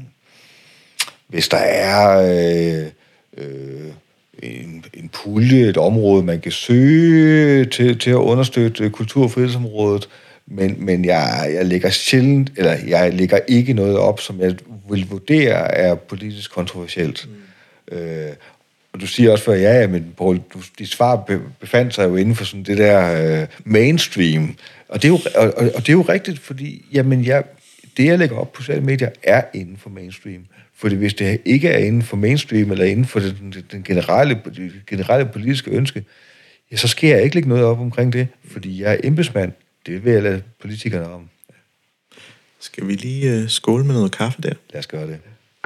hvis der er øh, øh, en, en pulje, et område, man kan søge til, til at understøtte kultur- og fritidsområdet, men, men jeg, jeg lægger sjældent, eller jeg lægger ikke noget op, som jeg vil vurdere er politisk kontroversielt. Mm. Øh, og du siger også før, ja, ja, men Poul, du, dit svar befandt sig jo inden for sådan det der øh, mainstream. Og det, er jo, og, og det er jo rigtigt, fordi jamen, jeg, det, jeg lægger op på sociale medier, er inden for mainstream. Fordi hvis det ikke er inden for mainstream, eller inden for den, den generelle, generelle politiske ønske, ja, så sker jeg ikke lægge noget op omkring det, fordi jeg er embedsmand. Det vil jeg lade politikerne om. Skal vi lige uh, skåle med noget kaffe der? Lad os gøre det.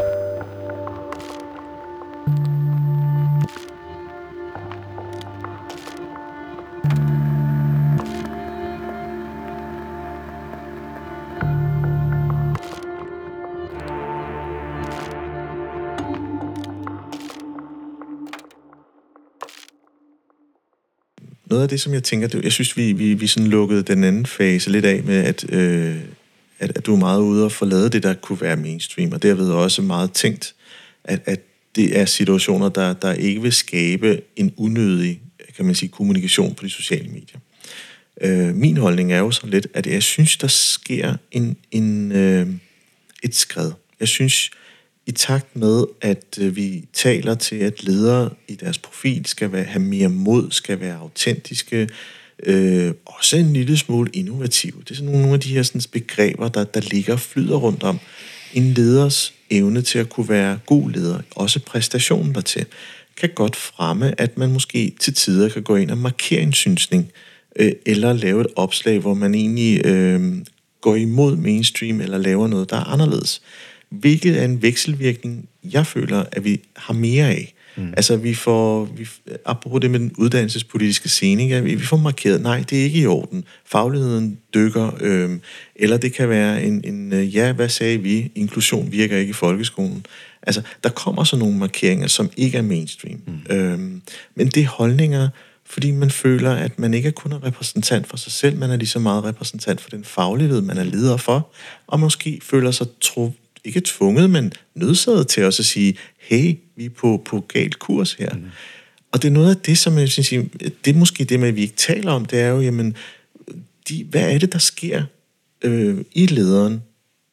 Noget af det, som jeg tænker, jeg synes, vi, vi, vi sådan lukkede den anden fase lidt af med, at, øh, at, at du er meget ude og forlade det, der kunne være mainstream, og derved også meget tænkt, at, at det er situationer, der, der ikke vil skabe en unødig, kan man sige, kommunikation på de sociale medier. Øh, min holdning er jo så lidt, at jeg synes, der sker en, en, øh, et skred. Jeg synes, i takt med, at øh, vi taler til, at ledere i deres profil skal være, have mere mod, skal være autentiske, øh, også en lille smule innovative. Det er sådan nogle, nogle af de her sådan, begreber, der, der ligger og flyder rundt om. En leders evne til at kunne være god leder, også præstationen dertil, kan godt fremme, at man måske til tider kan gå ind og markere en synsning, øh, eller lave et opslag, hvor man egentlig øh, går imod mainstream, eller laver noget, der er anderledes. Hvilket er en vekselvirkning, jeg føler, at vi har mere af. Mm. Altså, vi får, vi, apropos det med den uddannelsespolitiske scene, ikke? Vi, vi får markeret, nej, det er ikke i orden. Fagligheden dykker, øh, eller det kan være en, en, ja, hvad sagde vi? Inklusion virker ikke i folkeskolen. Altså, der kommer så nogle markeringer, som ikke er mainstream. Mm. Øh, men det er holdninger, fordi man føler, at man ikke er kun er repræsentant for sig selv, man er lige så meget repræsentant for den faglighed, man er leder for, og måske føler sig tro ikke tvunget, men nødsaget til også at sige, hey, vi er på, på galt kurs her. Mm. Og det er noget af det, som jeg synes, det er måske det, man vi ikke taler om, det er jo, jamen, de, hvad er det, der sker øh, i lederen?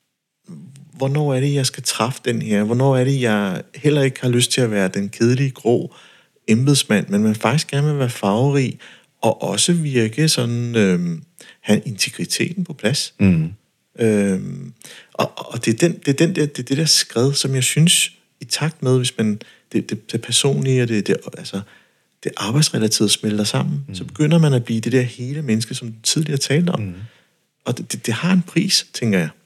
Hvornår er det, jeg skal træffe den her? Hvornår er det, jeg heller ikke har lyst til at være den kedelige, grå embedsmand, men man faktisk gerne vil være farverig, og også virke sådan, øh, have integriteten på plads. Mm. Øhm, og, og det er den, det er den der, det er det der skred, som jeg synes i takt med, hvis man det, det, det personlige og det, det, altså, det arbejdsrelaterede smelter sammen, mm. så begynder man at blive det der hele menneske, som du tidligere talte om. Mm. Og det, det, det har en pris, tænker jeg.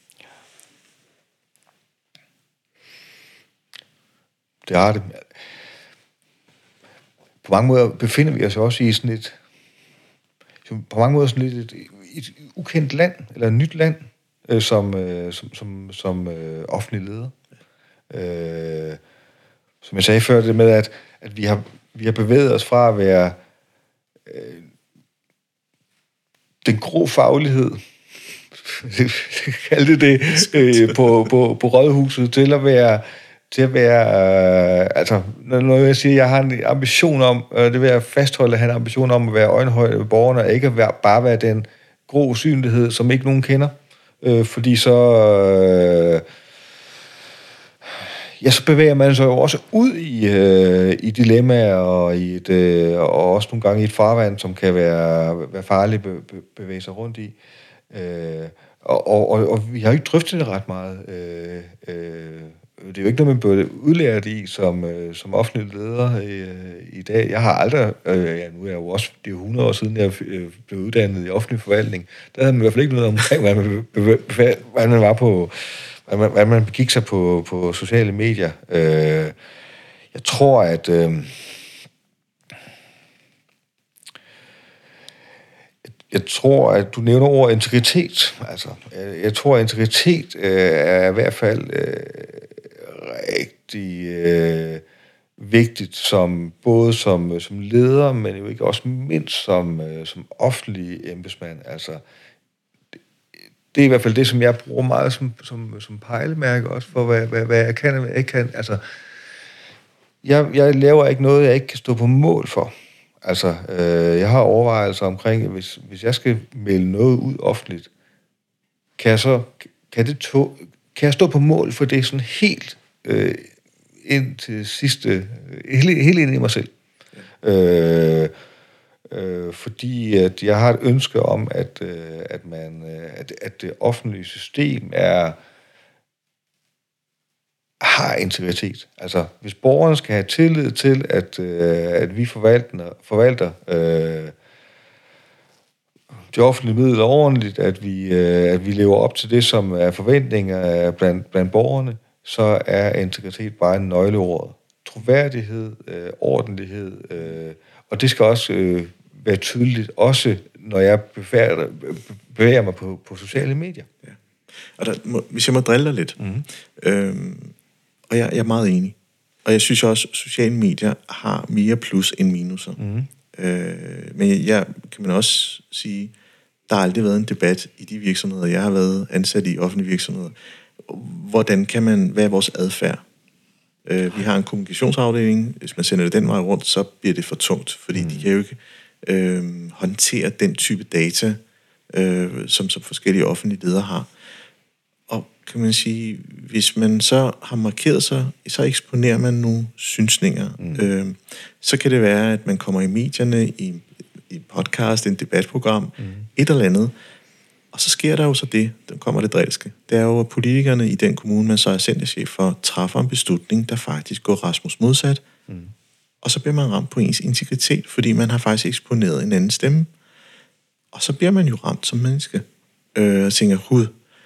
Det har det. På mange måder befinder vi os også i sådan et, på mange måder sådan lidt et, et ukendt land, eller et nyt land, øh, som, øh, som, som, som øh, offentlig leder. Øh, som jeg sagde før, det med, at, at vi, har, vi har bevæget os fra at være øh, den grå faglighed, kalde det det, øh, på, på, på Rådhuset, til at være, til at være øh, altså, når jeg siger, at jeg har en ambition om, øh, det vil jeg fastholde, at have en ambition om at være øjenhøjde ved borgerne, og ikke at være, bare være den grå usynlighed, som ikke nogen kender, øh, fordi så... Øh, Ja, så bevæger man sig jo også ud i, øh, i dilemmaer og, i et, øh, og også nogle gange i et farvand, som kan være, være farligt at be, bevæge sig rundt i. Øh, og, og, og vi har ikke drøftet det ret meget. Øh, øh, det er jo ikke noget, man burde udlære det i som, øh, som offentlig leder øh, i dag. Jeg har aldrig, øh, ja, nu er jeg jo også, det er jo hundrede år siden, jeg øh, blev uddannet i offentlig forvaltning, der havde man i hvert fald ikke noget omkring, hvad man, hvad man var på... Hvad man begik sig på, på sociale medier. Øh, jeg tror, at... Øh, jeg tror, at du nævner ordet integritet. Altså, jeg, jeg tror, at integritet øh, er i hvert fald øh, rigtig øh, vigtigt, som, både som, som leder, men jo ikke også mindst som, øh, som offentlig embedsmand. Altså, det er i hvert fald det, som jeg bruger meget som, som, som pejlemærke også for, hvad, hvad, hvad jeg kan og hvad jeg ikke kan. Altså, jeg, jeg laver ikke noget, jeg ikke kan stå på mål for. Altså, øh, jeg har overvejelser omkring, hvis, hvis jeg skal melde noget ud offentligt, kan jeg så kan, det to, kan jeg stå på mål for det sådan helt øh, ind til sidste, helt, helt ind i mig selv. Ja. Øh, Øh, fordi at jeg har et ønske om, at, øh, at, man, øh, at, at det offentlige system er, har integritet. Altså, hvis borgerne skal have tillid til, at, øh, at vi forvalter, forvalter øh, de offentlige midler ordentligt, at vi, øh, at vi lever op til det, som er forventninger blandt, blandt borgerne, så er integritet bare en nøgleord. Troværdighed, øh, ordentlighed, øh, og det skal også... Øh, være tydeligt, også når jeg bevæger, bevæger mig på, på sociale medier. Ja. Og der, må, hvis jeg må drille dig lidt, mm-hmm. øhm, og jeg, jeg er meget enig, og jeg synes også, at sociale medier har mere plus end minuser. Mm-hmm. Øh, men jeg kan man også sige, der har aldrig været en debat i de virksomheder, jeg har været ansat i offentlige virksomheder. Hvordan kan man, hvad er vores adfærd? Øh, vi har en kommunikationsafdeling, hvis man sender det den vej rundt, så bliver det for tungt, fordi mm. de kan jo ikke Øh, håndtere den type data, øh, som, som forskellige offentlige ledere har. Og kan man sige, hvis man så har markeret sig, så eksponerer man nogle synsninger. Mm. Øh, så kan det være, at man kommer i medierne, i, i en podcast, en debatprogram, mm. et eller andet, og så sker der jo så det, der kommer det drilske. Det er jo, at politikerne i den kommune, man så er centerchef for, træffer en beslutning, der faktisk går Rasmus modsat, mm. og så bliver man ramt på ens integritet, fordi man har faktisk eksponeret en anden stemme. Og så bliver man jo ramt som menneske. Øh, og tænker, hud.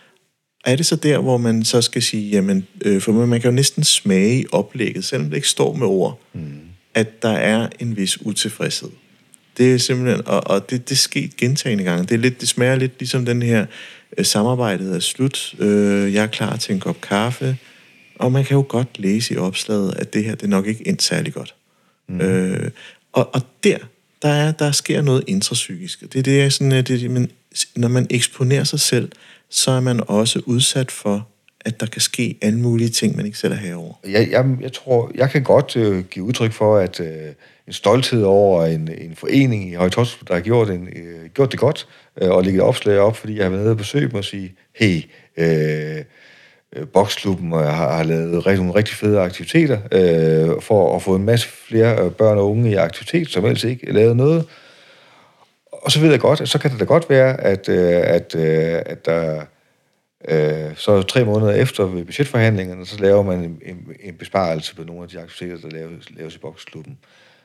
Er det så der, hvor man så skal sige, jamen, øh, for man kan jo næsten smage i oplægget, selvom det ikke står med ord, mm. at der er en vis utilfredshed. Det er simpelthen, og, og det, det sker gentagne gange. Det, er lidt, det smager lidt ligesom den her øh, samarbejdet er slut. Øh, jeg er klar til en kop kaffe. Og man kan jo godt læse i opslaget, at det her, det er nok ikke endt særlig godt. Mm. Øh, og, og der, der, er, der sker noget intrapsykisk. Det er det, sådan, at det, man, når man eksponerer sig selv, så er man også udsat for, at der kan ske alle mulige ting, man ikke selv er herover. Jeg, jeg, jeg tror, jeg kan godt øh, give udtryk for, at øh, en stolthed over en, en forening i Høje-Taastrup, der har gjort, en, øh, gjort det godt, øh, og lægget opslag op, fordi jeg har været og besøgt dem og sige, hey, øh, Boksklubben og jeg har, har lavet rigtig, nogle rigtig fede aktiviteter øh, for at få en masse flere børn og unge i aktivitet, som ellers ikke lavede noget. Og så ved jeg godt, at så kan det da godt være, at, øh, at, øh, at der øh, så tre måneder efter ved budgetforhandlingerne, så laver man en, en, en besparelse på nogle af de aktiviteter, der laves, laves i Boksklubben.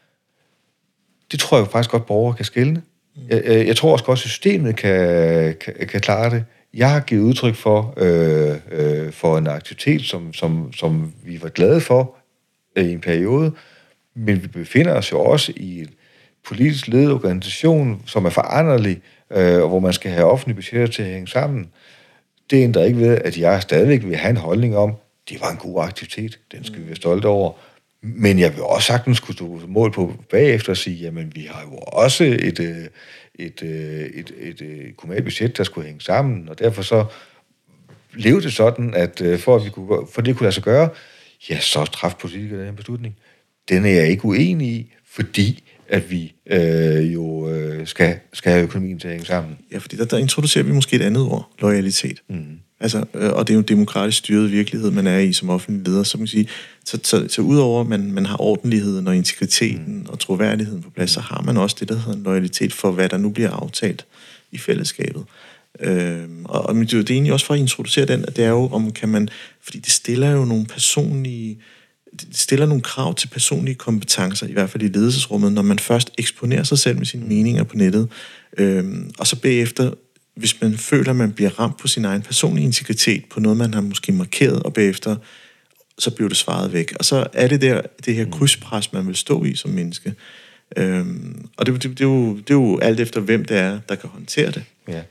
Det tror jeg faktisk godt, borgere kan skelne. Jeg, jeg tror også godt, at systemet kan, kan, kan klare det. Jeg har givet udtryk for, øh, øh, for en aktivitet, som, som, som vi var glade for øh, i en periode, men vi befinder os jo også i en politisk ledet organisation, som er foranderlig, øh, og hvor man skal have offentlige budgetter til at hænge sammen. Det ændrer ikke ved, at jeg stadigvæk vil have en holdning om, det var en god aktivitet, den skal vi være stolte over, Men jeg vil også sagtens kunne stå mål på bagefter og sige, jamen vi har jo også et, et, et, et, et, et kommunalt budget, der skulle hænge sammen, og derfor så levede det sådan, at for at vi kunne, for det kunne lade sig gøre, ja, så træffe politikere den beslutning. Den er jeg ikke uenig i, fordi at vi øh, jo øh, skal, skal have økonomien til at hænge sammen. Ja, fordi der, der introducerer vi måske et andet ord, loyalitet. Mm. Altså, øh, og det er jo en demokratisk styret virkelighed, man er i som offentlig leder. Så man kan sige, så, så, så udover at man, man har ordentligheden og integriteten mm. og troværdigheden på plads, så har man også det, der hedder en loyalitet for, hvad der nu bliver aftalt i fællesskabet. Øh, og, og det er egentlig også for at introducere den, at det er jo, om kan man, fordi det stiller jo nogle personlige, det stiller nogle krav til personlige kompetencer, i hvert fald i ledelsesrummet, når man først eksponerer sig selv med sine meninger på nettet, øh, og så bagefter, hvis man føler, at man bliver ramt på sin egen personlige integritet, på noget, man har måske markeret, og bagefter, så bliver det svaret væk. Og så er det der, det her krydspres, man vil stå i som menneske. Øhm, og det, det, det, er jo, det er jo alt efter, hvem det er, der kan håndtere det. Ja.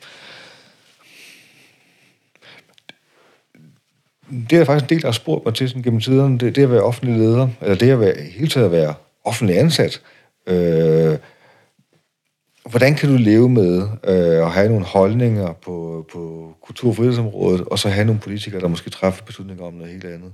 Det er faktisk en del, der har spurgt mig til sådan, gennem tiderne, det, det at være offentlig leder, eller det at være, hele tiden at være offentlig ansat. Øh, hvordan kan du leve med øh, at have nogle holdninger på, på kultur- og fritidsområdet, og så have nogle politikere, der måske træffer beslutninger om noget helt andet?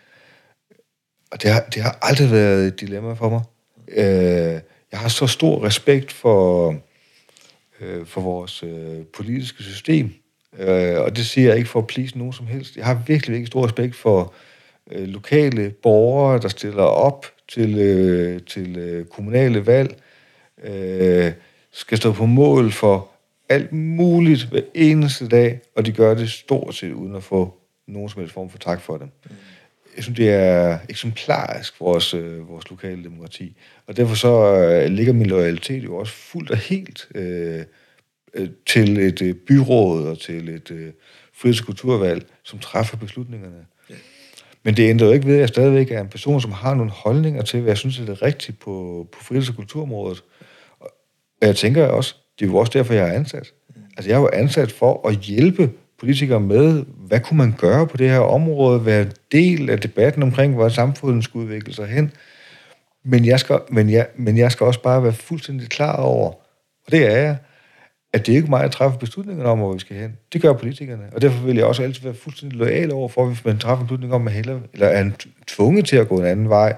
Og det har, det har aldrig været et dilemma for mig. Øh, jeg har så stor respekt for, øh, for vores øh, politiske system, øh, og det siger jeg ikke for at please nogen som helst. Jeg har virkelig, virkelig stor respekt for øh, lokale borgere, der stiller op til, øh, til øh, kommunale valg, øh, skal stå på mål for alt muligt hver eneste dag, og de gør det stort set uden at få nogen som helst form for tak for det. Mm. Jeg synes, det er eksemplarisk, vores, øh, vores lokale demokrati. Og derfor så øh, ligger min loyalitet jo også fuldt og helt øh, øh, til et øh, byråd og til et øh, fritids- og kulturvalg, som træffer beslutningerne. Ja. Men det ændrer jo ikke ved, at jeg stadigvæk er en person, som har nogle holdninger til, hvad jeg synes er det rigtigt på, på fritids- og kulturområdet. Og jeg tænker også, det er jo også derfor, jeg er ansat. Altså, jeg er jo ansat for at hjælpe politikere med, hvad kunne man gøre på det her område, være en del af debatten omkring, hvor samfundet skulle udvikle sig hen. Men jeg skal, men jeg, men jeg skal også bare være fuldstændig klar over, og det er jeg, at det er ikke mig, der træffer beslutningerne om, hvor vi skal hen. Det gør politikerne, og derfor vil jeg også altid være fuldstændig loyal over for, hvis man træffer beslutninger om, at heller, eller er tvunget til at gå en anden vej,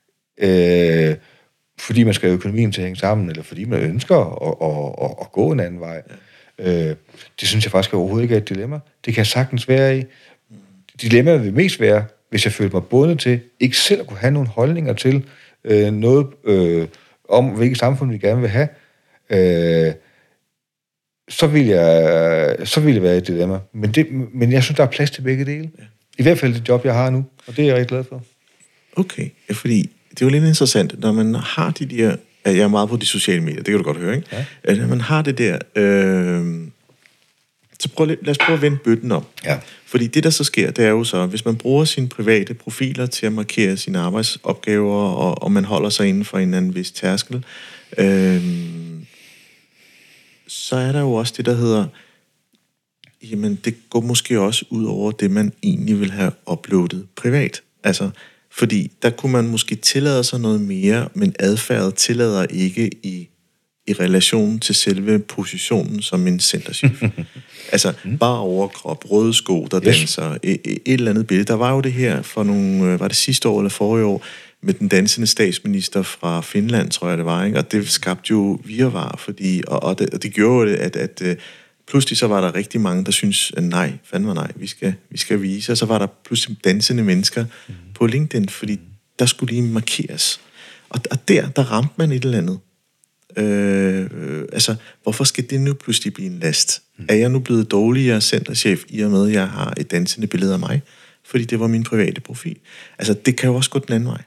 øh, fordi man skal have økonomien til at hænge sammen, eller fordi man ønsker at, at, at, at gå en anden vej. Øh, det synes jeg faktisk overhovedet ikke er et dilemma. Det kan jeg sagtens være i. Dilemmaet vil mest være, hvis jeg føler mig bundet til, ikke selv at kunne have nogle holdninger til øh, noget øh, om, hvilket samfund vi gerne vil have, øh, så vil jeg så vil det være et dilemma. Men, det, men jeg synes, der er plads til begge dele. Ja. I hvert fald det job, jeg har nu, og det er jeg rigtig glad for. Okay, ja, fordi det er jo lidt interessant, når man har de der, jeg er meget på de sociale medier, det kan du godt høre, ikke? Ja. Når man har det der, øh, så prøv, lad os prøve at vende bøtten om. Ja. Fordi det, der så sker, det er jo så, hvis man bruger sine private profiler til at markere sine arbejdsopgaver, og, og man holder sig inden for en eller anden vis tærskel, øh, så er der jo også det, der hedder, jamen det går måske også ud over det, man egentlig vil have uploadet privat. Altså, fordi der kunne man måske tillade sig noget mere, men adfærdet tillader ikke i, i relation til selve positionen som en centerchef. Altså, mm. bare overkrop, røde sko, der yes. danser, et, et eller andet billede. Der var jo det her for nogle, var det sidste år eller forrige år, med den dansende statsminister fra Finland, tror jeg det var, ikke? Og det skabte jo virvar, fordi, og, og, det, og det gjorde det, at, at, at pludselig så var der rigtig mange, der syntes, at nej, fandme nej, vi skal, vi skal vise. Og så var der pludselig dansende mennesker mm. på LinkedIn, fordi der skulle lige markeres. Og, og der, der ramte man et eller andet. Øh, øh, altså, hvorfor skal det nu pludselig blive en last? Mm. Er jeg nu blevet dårligere centerchef, i og med, at jeg har et dansende billede af mig? Fordi det var min private profil. Altså, det kan jo også gå den anden vej.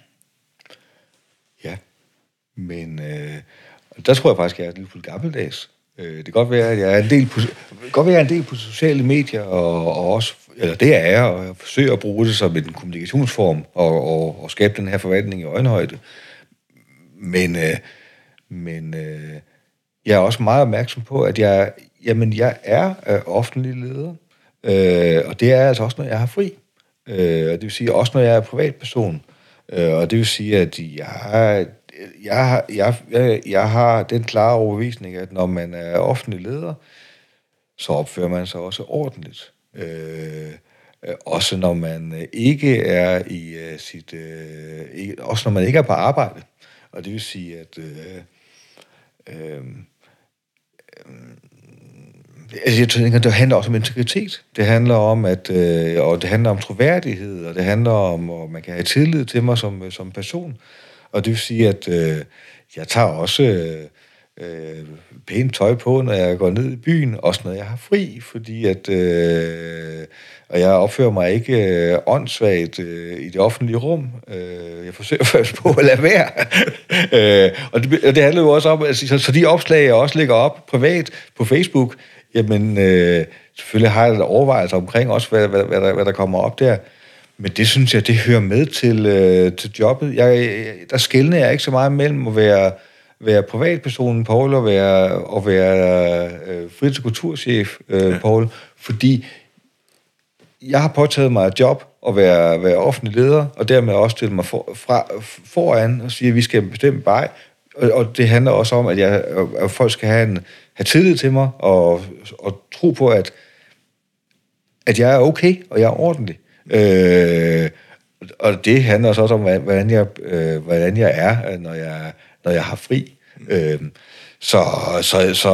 Ja, men øh, der tror jeg faktisk, at jeg er lidt fuldt gammeldags. Det kan godt være, at jeg er en del på, det kan godt være, at jeg er en del på sociale medier, og, og også, eller det er jeg, og jeg forsøger at bruge det som en kommunikationsform, og, og, og skabe den her forventning i øjenhøjde. Men, øh, men øh, jeg er også meget opmærksom på, at jeg, jamen, jeg er øh, offentlig leder, øh, og det er altså også, når jeg har fri. Øh, og det vil sige også, når jeg er privatperson. Øh, og det vil sige, at jeg, jeg, jeg, jeg, jeg har den klare overbevisning, at når man er offentlig leder, så opfører man sig også ordentligt. Øh, også når man ikke er i uh, sit... Uh, ikke, også når man ikke er på arbejde. Og det vil sige, at... Øh, øh, Altså, jeg tænker, det handler også om integritet. Det handler om, at, øh, og det handler om troværdighed, og det handler om, at man kan have tillid til mig som, som person. Og det vil sige, at øh, jeg tager også øh, pænt tøj på, når jeg går ned i byen, også når jeg har fri, fordi at, øh, og jeg opfører mig ikke øh, åndssvagt øh, i det offentlige rum. Øh, jeg forsøger først på at lade være. øh, og, det, og det handler jo også om, altså, så, så de opslag, jeg også lægger op privat på Facebook, jamen, øh, selvfølgelig har jeg et overvejelse omkring også, hvad, hvad, hvad, der, hvad der kommer op der. Men det synes jeg, det hører med til, øh, til jobbet. Jeg, jeg, der skelner jeg ikke så meget mellem at være, være privatpersonen Poul og være, og være øh, fritids- og kulturchef øh, ja. Poul, fordi jeg har påtaget mig et job at være, være offentlig leder, og dermed også stille mig for, fra, foran og sige, at vi skal bestemme vej. Og, og det handler også om, at, jeg, at folk skal have, en, have tillid til mig og, og tro på, at, at jeg er okay, og jeg er ordentlig. Øh, og det handler også om, hvordan jeg, øh, hvordan jeg er, når jeg, når jeg har fri. Øh, så, så, så,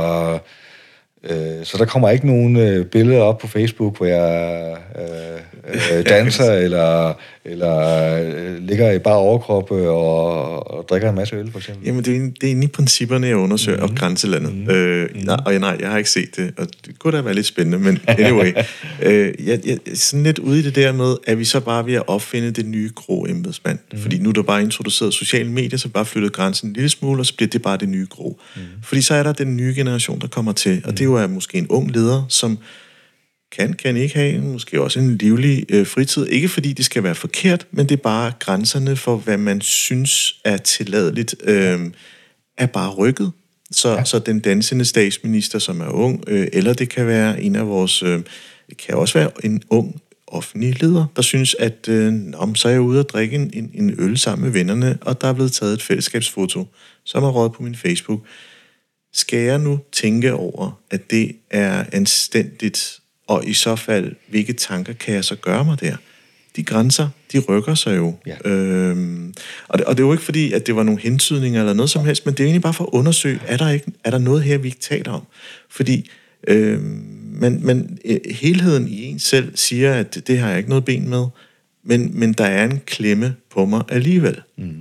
øh, så der kommer ikke nogen øh, billeder op på Facebook, hvor jeg øh, øh, danser eller, eller øh, ligger i bare overkrop og, og drikker en masse øl, for eksempel. Jamen, det er, det er inde i principperne, jeg undersøger, mm-hmm. og grænselandet. Mm-hmm. Øh, nej, og nej, jeg har ikke set det, og det kunne da være lidt spændende, men anyway. øh, jeg, jeg sådan lidt ude i det der med, at vi så bare ved at opfinde det nye grå embedsmand. Mm-hmm. Fordi nu er der bare introduceret sociale medier, så bare flyttet grænsen en lille smule, og så bliver det bare det nye grå. Mm-hmm. Fordi så er der den nye generation, der kommer til, og det jo er måske en ung leder, som kan, kan ikke have måske også en livlig øh, fritid. Ikke fordi det skal være forkert, men det er bare grænserne for, hvad man synes er tilladeligt, øh, er bare rykket. Så, ja. så den dansende statsminister, som er ung, øh, eller det kan være en af vores, øh, det kan også være en ung offentlig leder, der synes, at øh, om så er jeg ude og drikke en, en øl sammen med vennerne, og der er blevet taget et fællesskabsfoto, som er røget på min Facebook. Skal jeg nu tænke over, at det er anstændigt, og i så fald, hvilke tanker kan jeg så gøre mig der? De grænser, de rykker sig jo. Ja. Øhm, og, det, og det er jo ikke fordi, at det var nogle hentydninger eller noget som helst, men det er egentlig bare for at undersøge, er der, ikke, er der noget her, vi ikke taler om? Fordi øhm, man, man, helheden i en selv siger, at det, det har jeg ikke noget ben med, men, men der er en klemme på mig alligevel. Mm.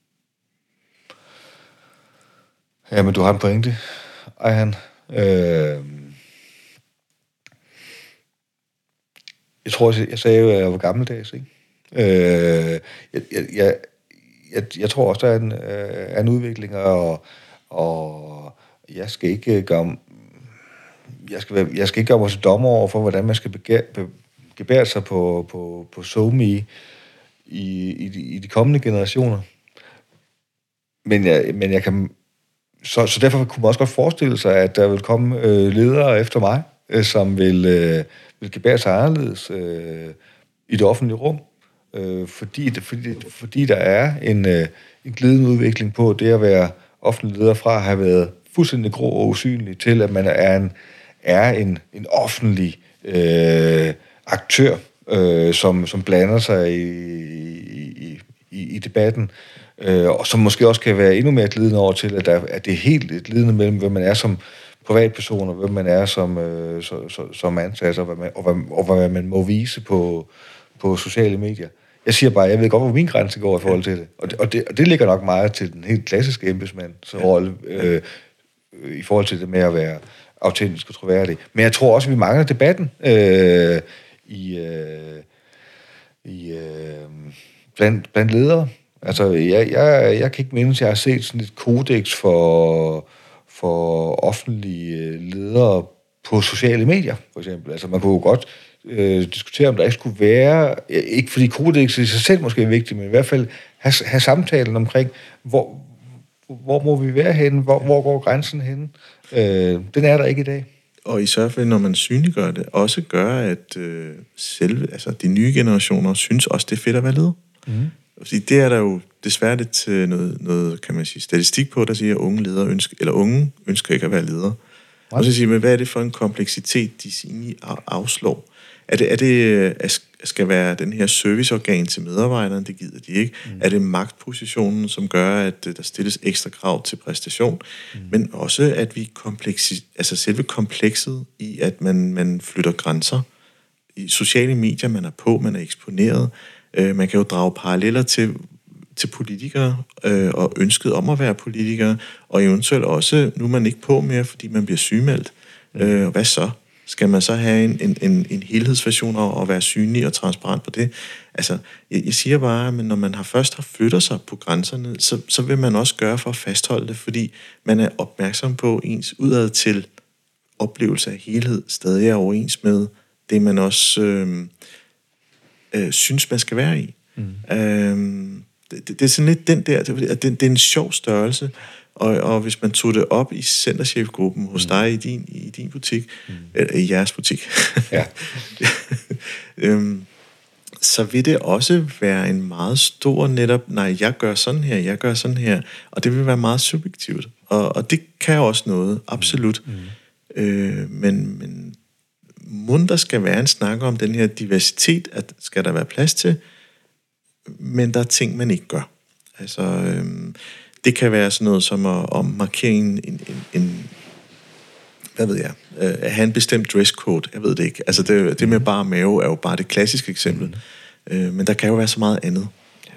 Ja, men du har en pointe, Ejhan. Øh... Jeg tror, jeg sagde jo, at jeg var gammeldags, ikke? Øh, jeg, jeg, jeg, jeg tror også, der er en, er en udvikling, og, og jeg skal ikke gøre, jeg skal, jeg skal ikke gøre mig til dommer over for, hvordan man skal begære, gebære sig på, på, på SoMe i, i, de, i de kommende generationer. Men jeg, men jeg kan, så, så derfor kunne man også godt forestille sig, at der vil komme øh, ledere efter mig, øh, som vil... Øh, vil gebære sig anderledes øh, i det offentlige rum, øh, fordi, det, fordi, fordi der er en, øh, en glidende udvikling på det at være offentlig leder fra at have været fuldstændig grå og usynlig til, at man er en, er en, en offentlig øh, aktør, øh, som, som blander sig i, i, i, i debatten, øh, og som måske også kan være endnu mere glidende over til, at, der, at det er helt glidende mellem, hvem man er som privatpersoner, hvem man er som, øh, så, så, som ansat, og hvad, man, og, hvad, og hvad man må vise på, på sociale medier. Jeg siger bare, jeg ved godt, hvor min grænse går i forhold til det. Og det, og det, og det ligger nok meget til den helt klassiske embedsmands rolle, øh, i forhold til det med at være autentisk og troværdig. Men jeg tror også, at vi mangler debatten øh, i, øh, i, øh, blandt, blandt ledere. Altså, jeg, jeg, jeg kan ikke mindes, at jeg har set sådan et kodex for... for offentlige ledere på sociale medier, for eksempel. Altså, man kunne jo godt øh, diskutere, om der ikke skulle være, ikke fordi kodexet i sig selv måske er vigtigt, men i hvert fald have, have samtalen omkring, hvor, hvor må vi være henne, hvor, hvor går grænsen henne. Øh, den er der ikke i dag. Og i så fald, når man synliggør det, også gør, at øh, selve, altså de nye generationer synes også, det er fedt at være leder. Mm. Fordi det er der jo desværre lidt noget, noget, kan man sige, statistik på, der siger, at unge ledere ønsker, eller unge ønsker ikke at være ledere. Og så siger man, hvad er det for en kompleksitet, de egentlig afslår? Er det, er det at skal være den her serviceorgan til medarbejderne, det gider de ikke? Mm. Er det magtpositionen, som gør, at der stilles ekstra krav til præstation? Mm. Men også, at vi kompleksi, altså selve komplekset i, at man, man flytter grænser. I sociale medier, man er på, man er eksponeret. Øh, man kan jo drage paralleller til, til politikere øh, og ønsket om at være politikere, og eventuelt også, nu er man ikke på mere, fordi man bliver sygemeldt. Mm. Øh, hvad så? Skal man så have en, en, en, en helhedsversion og, og være synlig og transparent på det? Altså, jeg, jeg siger bare, at når man har først har flyttet sig på grænserne, så, så vil man også gøre for at fastholde det, fordi man er opmærksom på ens udad til oplevelse af helhed, stadig er overens med det, man også øh, øh, synes, man skal være i. Mm. Øh, det, det er sådan lidt den der, det, det er en sjov størrelse, og, og hvis man tog det op i centerchefgruppen hos mm. dig i din, i din butik, mm. eller i jeres butik, ja. øhm, så vil det også være en meget stor netop, nej, jeg gør sådan her, jeg gør sådan her, og det vil være meget subjektivt, og, og det kan også noget, absolut. Mm. Øh, men, men må der skal være en snak om den her diversitet, at skal der være plads til, men der er ting, man ikke gør. Altså, øhm, det kan være sådan noget som at, at markere en, en, en, hvad ved jeg, at have en bestemt dresscode, jeg ved det ikke. Altså, det, det med bare mave er jo bare det klassiske eksempel. Mm. Øh, men der kan jo være så meget andet. Ja.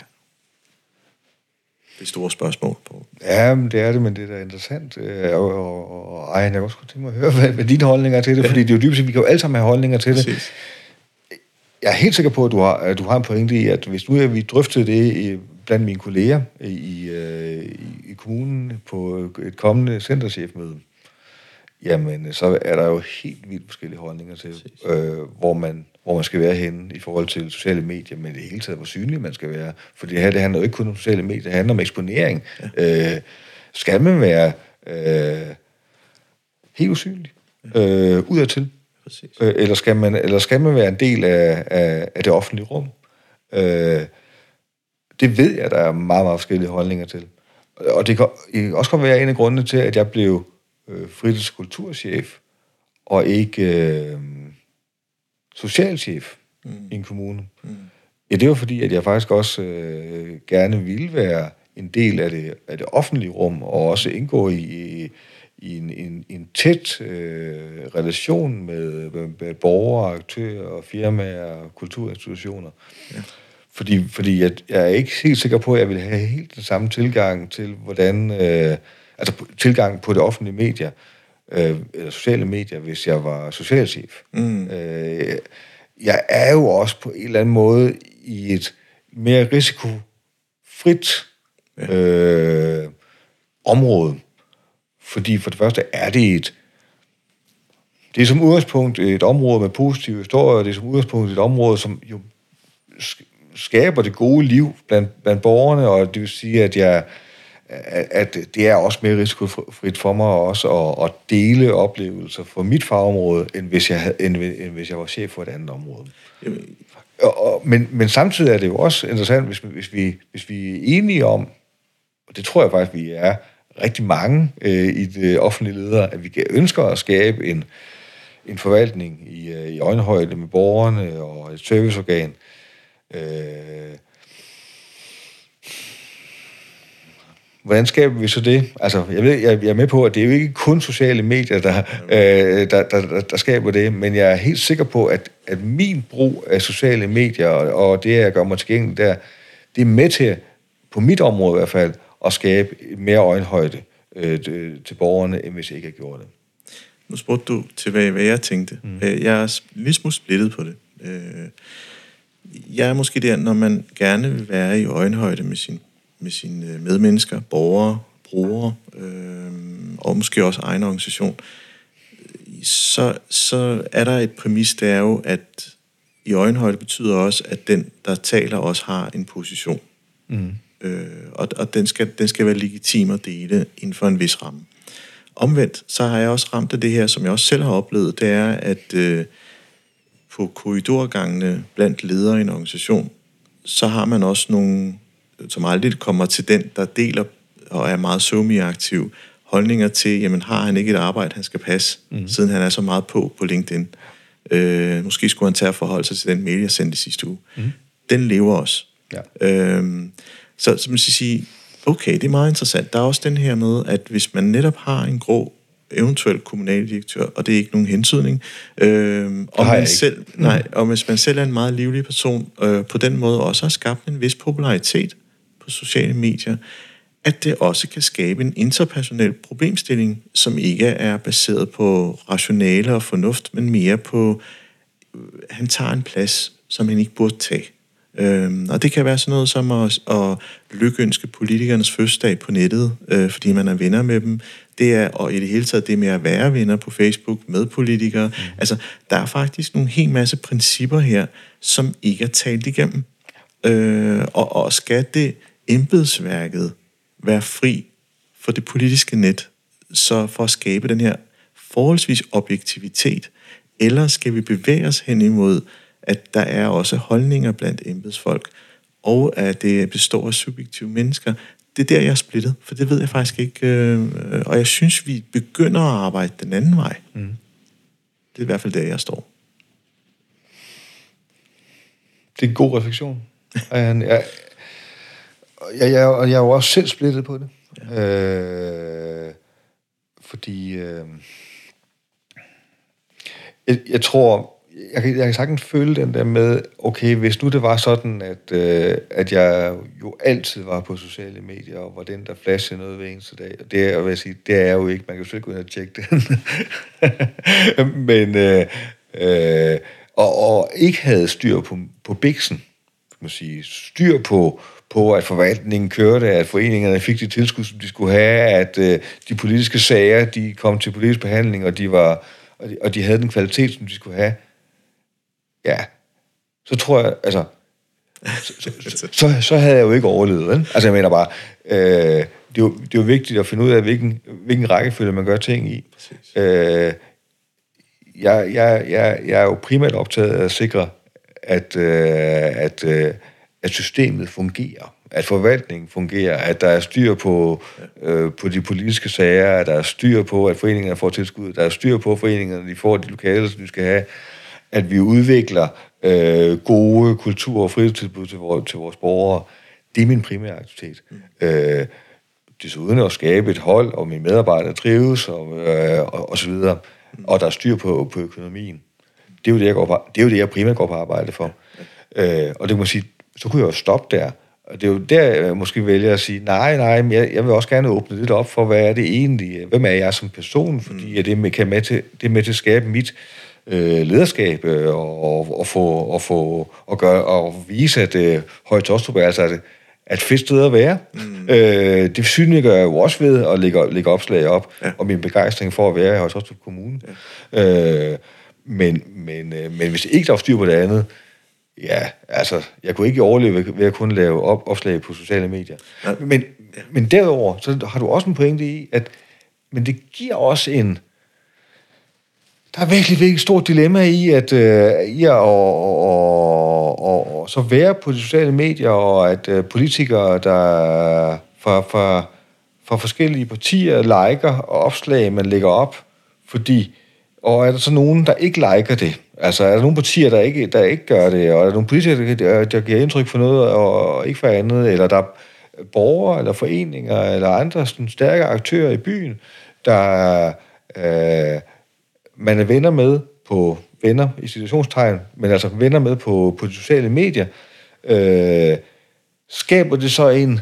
Det er store spørgsmål på. Ja, men det er det, men det er da interessant. Og, og, og ej, jeg kan også godt tænke mig at høre, hvad, hvad dine holdninger til det, ja. Fordi det er jo dybest set, vi kan jo alle sammen have holdninger til det. Præcis. Jeg er helt sikker på, at du har, at du har en pointe i, at hvis nu vi drøftede det i, blandt mine kolleger i, i, i kommunen på et kommende centerchefmøde, jamen så er der jo helt vildt forskellige holdninger til, øh, hvor, man, hvor man skal være henne i forhold til sociale medier, men det hele taget, hvor synlig man skal være. For det her, det handler jo ikke kun om sociale medier, det handler om eksponering. Ja. Øh, skal man være øh, helt usynlig? Øh, udadtil? Øh, eller, skal man, eller skal man være en del af, af, af det offentlige rum? Øh, det ved jeg, der er meget, meget forskellige holdninger til. Og det kan også kan være en af grundene til, at jeg blev øh, fritidskulturchef, og ikke øh, socialchef mm. i en kommune. Mm. Ja, det var fordi, at jeg faktisk også øh, gerne ville være en del af det, af det offentlige rum, og også indgå i... i i en, en, en tæt øh, relation med, med, med borgere, aktører, firmaer og kulturinstitutioner. Ja. Fordi, fordi jeg, jeg er ikke helt sikker på, at jeg vil have helt den samme tilgang til, hvordan... Øh, altså tilgang på det offentlige medier, øh, eller sociale medier, hvis jeg var socialchef. Mm. Øh, jeg er jo også på en eller anden måde i et mere risikofrit ja. øh, område. Fordi for det første er det et... Det er som udgangspunkt et område med positive historier, det er som udgangspunkt et område, som jo skaber det gode liv blandt, blandt borgerne, og det vil sige, at, jeg, at det er også mere risikofrit for mig også at, at dele oplevelser for mit fagområde, end hvis jeg, end, end hvis jeg var chef for et andet område. Og, og, men, men samtidig er det jo også interessant, hvis, hvis, vi, hvis vi er enige om, og det tror jeg faktisk, vi er, rigtig mange øh, i det offentlige ledere, at vi ønsker at skabe en, en forvaltning i, øh, i øjenhøjde med borgerne og et serviceorgan. Øh, hvordan skaber vi så det? Altså, jeg, ved, jeg, jeg er med på, at det er jo ikke kun sociale medier, der, øh, der, der, der, der skaber det, men jeg er helt sikker på, at, at min brug af sociale medier og, og det, jeg gør mig tilgængelig der, det er med til, på mit område i hvert fald, at skabe mere øjenhøjde øh, til borgerne, end hvis jeg ikke har gjort det. Nu spurgte du til, hvad, hvad jeg tænkte. Mm. Jeg er lidt smule splittet på det. Jeg er måske der, når man gerne vil være i øjenhøjde med, sin, med sine medmennesker, borgere, brugere, øh, og måske også egen organisation, så, så er der et præmis, det er jo, at i øjenhøjde betyder også, at den, der taler, også har en position. Mm. Øh, og og den, skal, den skal være legitim at dele inden for en vis ramme. Omvendt, så har jeg også ramt af det her, som jeg også selv har oplevet, det er, at øh, på korridorgangene blandt ledere i en organisation, så har man også nogle som aldrig kommer til den, der deler og er meget somi-aktiv, holdninger til, jamen har han ikke et arbejde, han skal passe, mm. siden han er så meget på på LinkedIn. Øh, måske skulle han tage at forholde sig til den mail, jeg sendte sidste uge. Mm. Den lever også. Ja. Øh, så, så man skal sige, okay, det er meget interessant. Der er også den her med, at hvis man netop har en grå, eventuelt kommunaldirektør, og det er ikke nogen hentydning, øh, og, man selv, nej, og hvis man selv er en meget livlig person, øh, på den måde også har skabt en vis popularitet på sociale medier, at det også kan skabe en interpersonel problemstilling, som ikke er baseret på rationale og fornuft, men mere på, øh, han tager en plads, som han ikke burde tage. Øhm, og det kan være sådan noget som at, at lykønske politikernes fødselsdag på nettet, øh, fordi man er venner med dem. Det er, og i det hele taget det med at være venner på Facebook med politikere. Mm. Altså, der er faktisk nogle helt masse principper her, som ikke er talt igennem. Øh, og, og skal det embedsværket være fri for det politiske net, så for at skabe den her forholdsvis objektivitet, eller skal vi bevæge os hen imod, at der er også holdninger blandt embedsfolk, og at det består af subjektive mennesker. Det er der, jeg er splittet, for det ved jeg faktisk ikke, øh, og jeg synes, vi begynder at arbejde den anden vej. Mm. Det er i hvert fald der, jeg står. Det er en god refleksion. jeg, jeg, jeg, jeg, og jeg er jo også selv splittet på det. Ja. Øh, fordi øh, jeg, jeg tror, Jeg kan, jeg kan sagtens føle den der med, okay, hvis nu det var sådan, at, øh, at jeg jo altid var på sociale medier, og var den, der flashede noget hver eneste dag, og det er, vil jeg sige, det er jeg jo ikke, man kan jo selv gå ind og tjekke den. Men, øh, øh, og, og ikke havde styr på, på biksen, kan man sige, styr på, på, at forvaltningen kørte, at foreningerne fik de tilskud, som de skulle have, at øh, de politiske sager, de kom til politisk behandling, og de, var, og de, og de havde den kvalitet, som de skulle have. Ja, så tror jeg, altså, så, så, så, så havde jeg jo ikke overlevet, vel? Altså, jeg mener bare, øh, det, er jo, det er jo vigtigt at finde ud af, hvilken, hvilken rækkefølge man gør ting i. Øh, jeg, jeg, jeg, jeg er jo primært optaget af at sikre, at, øh, at, øh, at systemet fungerer, at forvaltningen fungerer, at der er styr på, øh, på de politiske sager, at der er styr på, at foreningerne får tilskud, der er styr på, at foreningerne de får de lokale, som de skal have, at vi udvikler øh, gode kultur- og fritidstilbud til, vores, til vores borgere. Det er min primære aktivitet. Mm. Øh, desuden at skabe et hold, og mine medarbejdere trives, og, øh, og, og så videre. Mm. Og der er styr på, på økonomien. Det er jo det, jeg, går på, det er jo det, jeg primært går på arbejde for. Ja. Øh, og det må sige, så kunne jeg jo stoppe der. Og det er jo der, jeg måske vælger at sige, nej, nej, men jeg, jeg vil også gerne åbne lidt op for, hvad er det egentlig? Hvem er jeg som person? Fordi mm. det, kan med til, det er med til at skabe mit øh, lederskab øh, og, og, få, og, få, og, gøre, og vise, at øh, Høje Taastrup er altså et, et fedt sted at være. Mm. Øh, det synliggør jeg jo også ved at lægge, lægge opslag op, ja. Og min begejstring for at være i Høje Taastrup Kommune. Ja. Øh, men, men, øh, men hvis ikke der var styr på det andet, ja, altså, jeg kunne ikke overleve ved at kun lave op, opslag på sociale medier. Ja. Men, men derudover, så har du også en pointe i, at men det giver også en... Der er virkelig, virkelig stort dilemma i, at øh, i at og, og, og, og så være på de sociale medier, og at øh, politikere, der fra, fra, fra forskellige partier liker og opslag, man lægger op, fordi... Og er der så nogen, der ikke liker det? Altså, er der nogle partier, der ikke, der ikke gør det? Og er der nogle politikere, der, der giver indtryk for noget, og ikke for andet? Eller der er borgere, eller foreninger, eller andre sådan stærke aktører i byen, der øh, man er venner med på venner i situationstegn, men altså venner med på, på de sociale medier. Øh, skaber det så en,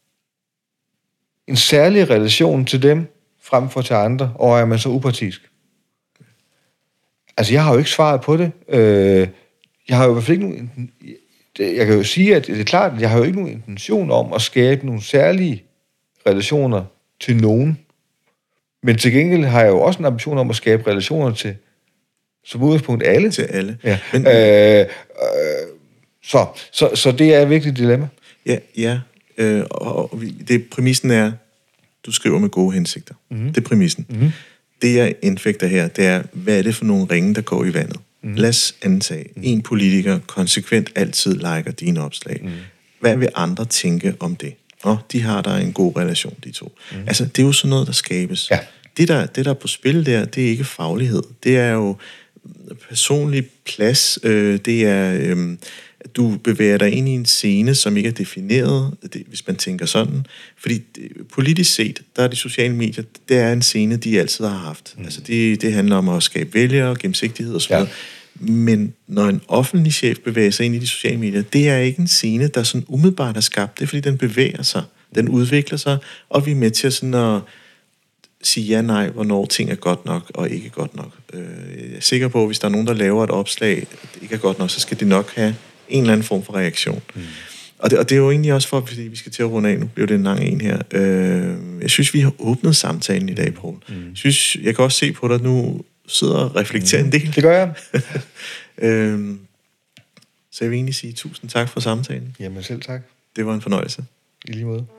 en særlig relation til dem, frem for til andre, og er man så upartisk? Altså, jeg har jo ikke svaret på det. Øh, jeg har jo i hvert fald ikke nogen... Jeg kan jo sige, at det er klart, at jeg har jo ikke nogen intention om at skabe nogle særlige relationer til nogen. Men til gengæld har jeg jo også en ambition om at skabe relationer til, som udgangspunkt, alle. Til alle. Ja. Men, øh, øh, så, så, så det er virkelig et dilemma. Ja, ja. Øh, og, og det, præmissen er, du skriver med gode hensigter. Mm-hmm. Det er præmissen. Mm-hmm. Det, jeg indfægter her, det er, hvad er det for nogle ringe, der går i vandet? Mm. Lad os antage, mm. en politiker konsekvent altid liker dine opslag. Mm. hvad vil andre tænke om det? Og de har der en god relation, de to. Mm. Altså, det er jo sådan noget, der skabes. Ja. Det, der, det, der er på spil der, det er ikke faglighed. Det er jo personlig plads. Øh, det er, øh, at du bevæger dig ind i en scene, som ikke er defineret, det, hvis man tænker sådan. Fordi det, politisk set, der er de sociale medier, det er en scene, de altid har haft. Mm. Altså, det, det handler om at skabe vælgere, gennemsigtighed og så videre. Ja. Men når en offentlig chef bevæger sig ind i de sociale medier, det er ikke en scene, der sådan umiddelbart er skabt. Det er, fordi den bevæger sig. Den udvikler sig, og vi er med til sådan at sige ja, nej, hvornår ting er godt nok og ikke godt nok. Jeg er sikker på, at hvis der er nogen, der laver et opslag, det ikke er godt nok, så skal det nok have en eller anden form for reaktion. Mm. Og, det, og det er jo egentlig også for, fordi vi skal til at runde af, nu bliver det en lang en her. Jeg synes, vi har åbnet samtalen i dag, Poul. Mm. Jeg synes, jeg kan også se på dig, nu sidder og reflekterer mm. en del. Det gør jeg. øhm, så jeg vil egentlig sige tusind tak for samtalen. Jamen selv tak. Det var en fornøjelse. I lige måde.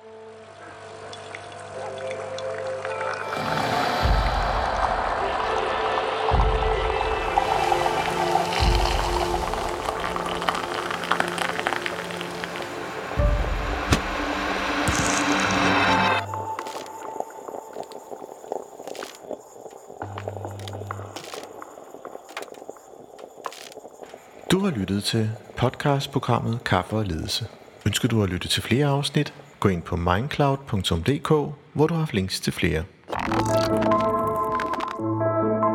Du har lyttet til podcastprogrammet Kaffe og Ledelse. Ønsker du at lytte til flere afsnit? Gå ind på mindcloud punktum d k, hvor du har links til flere.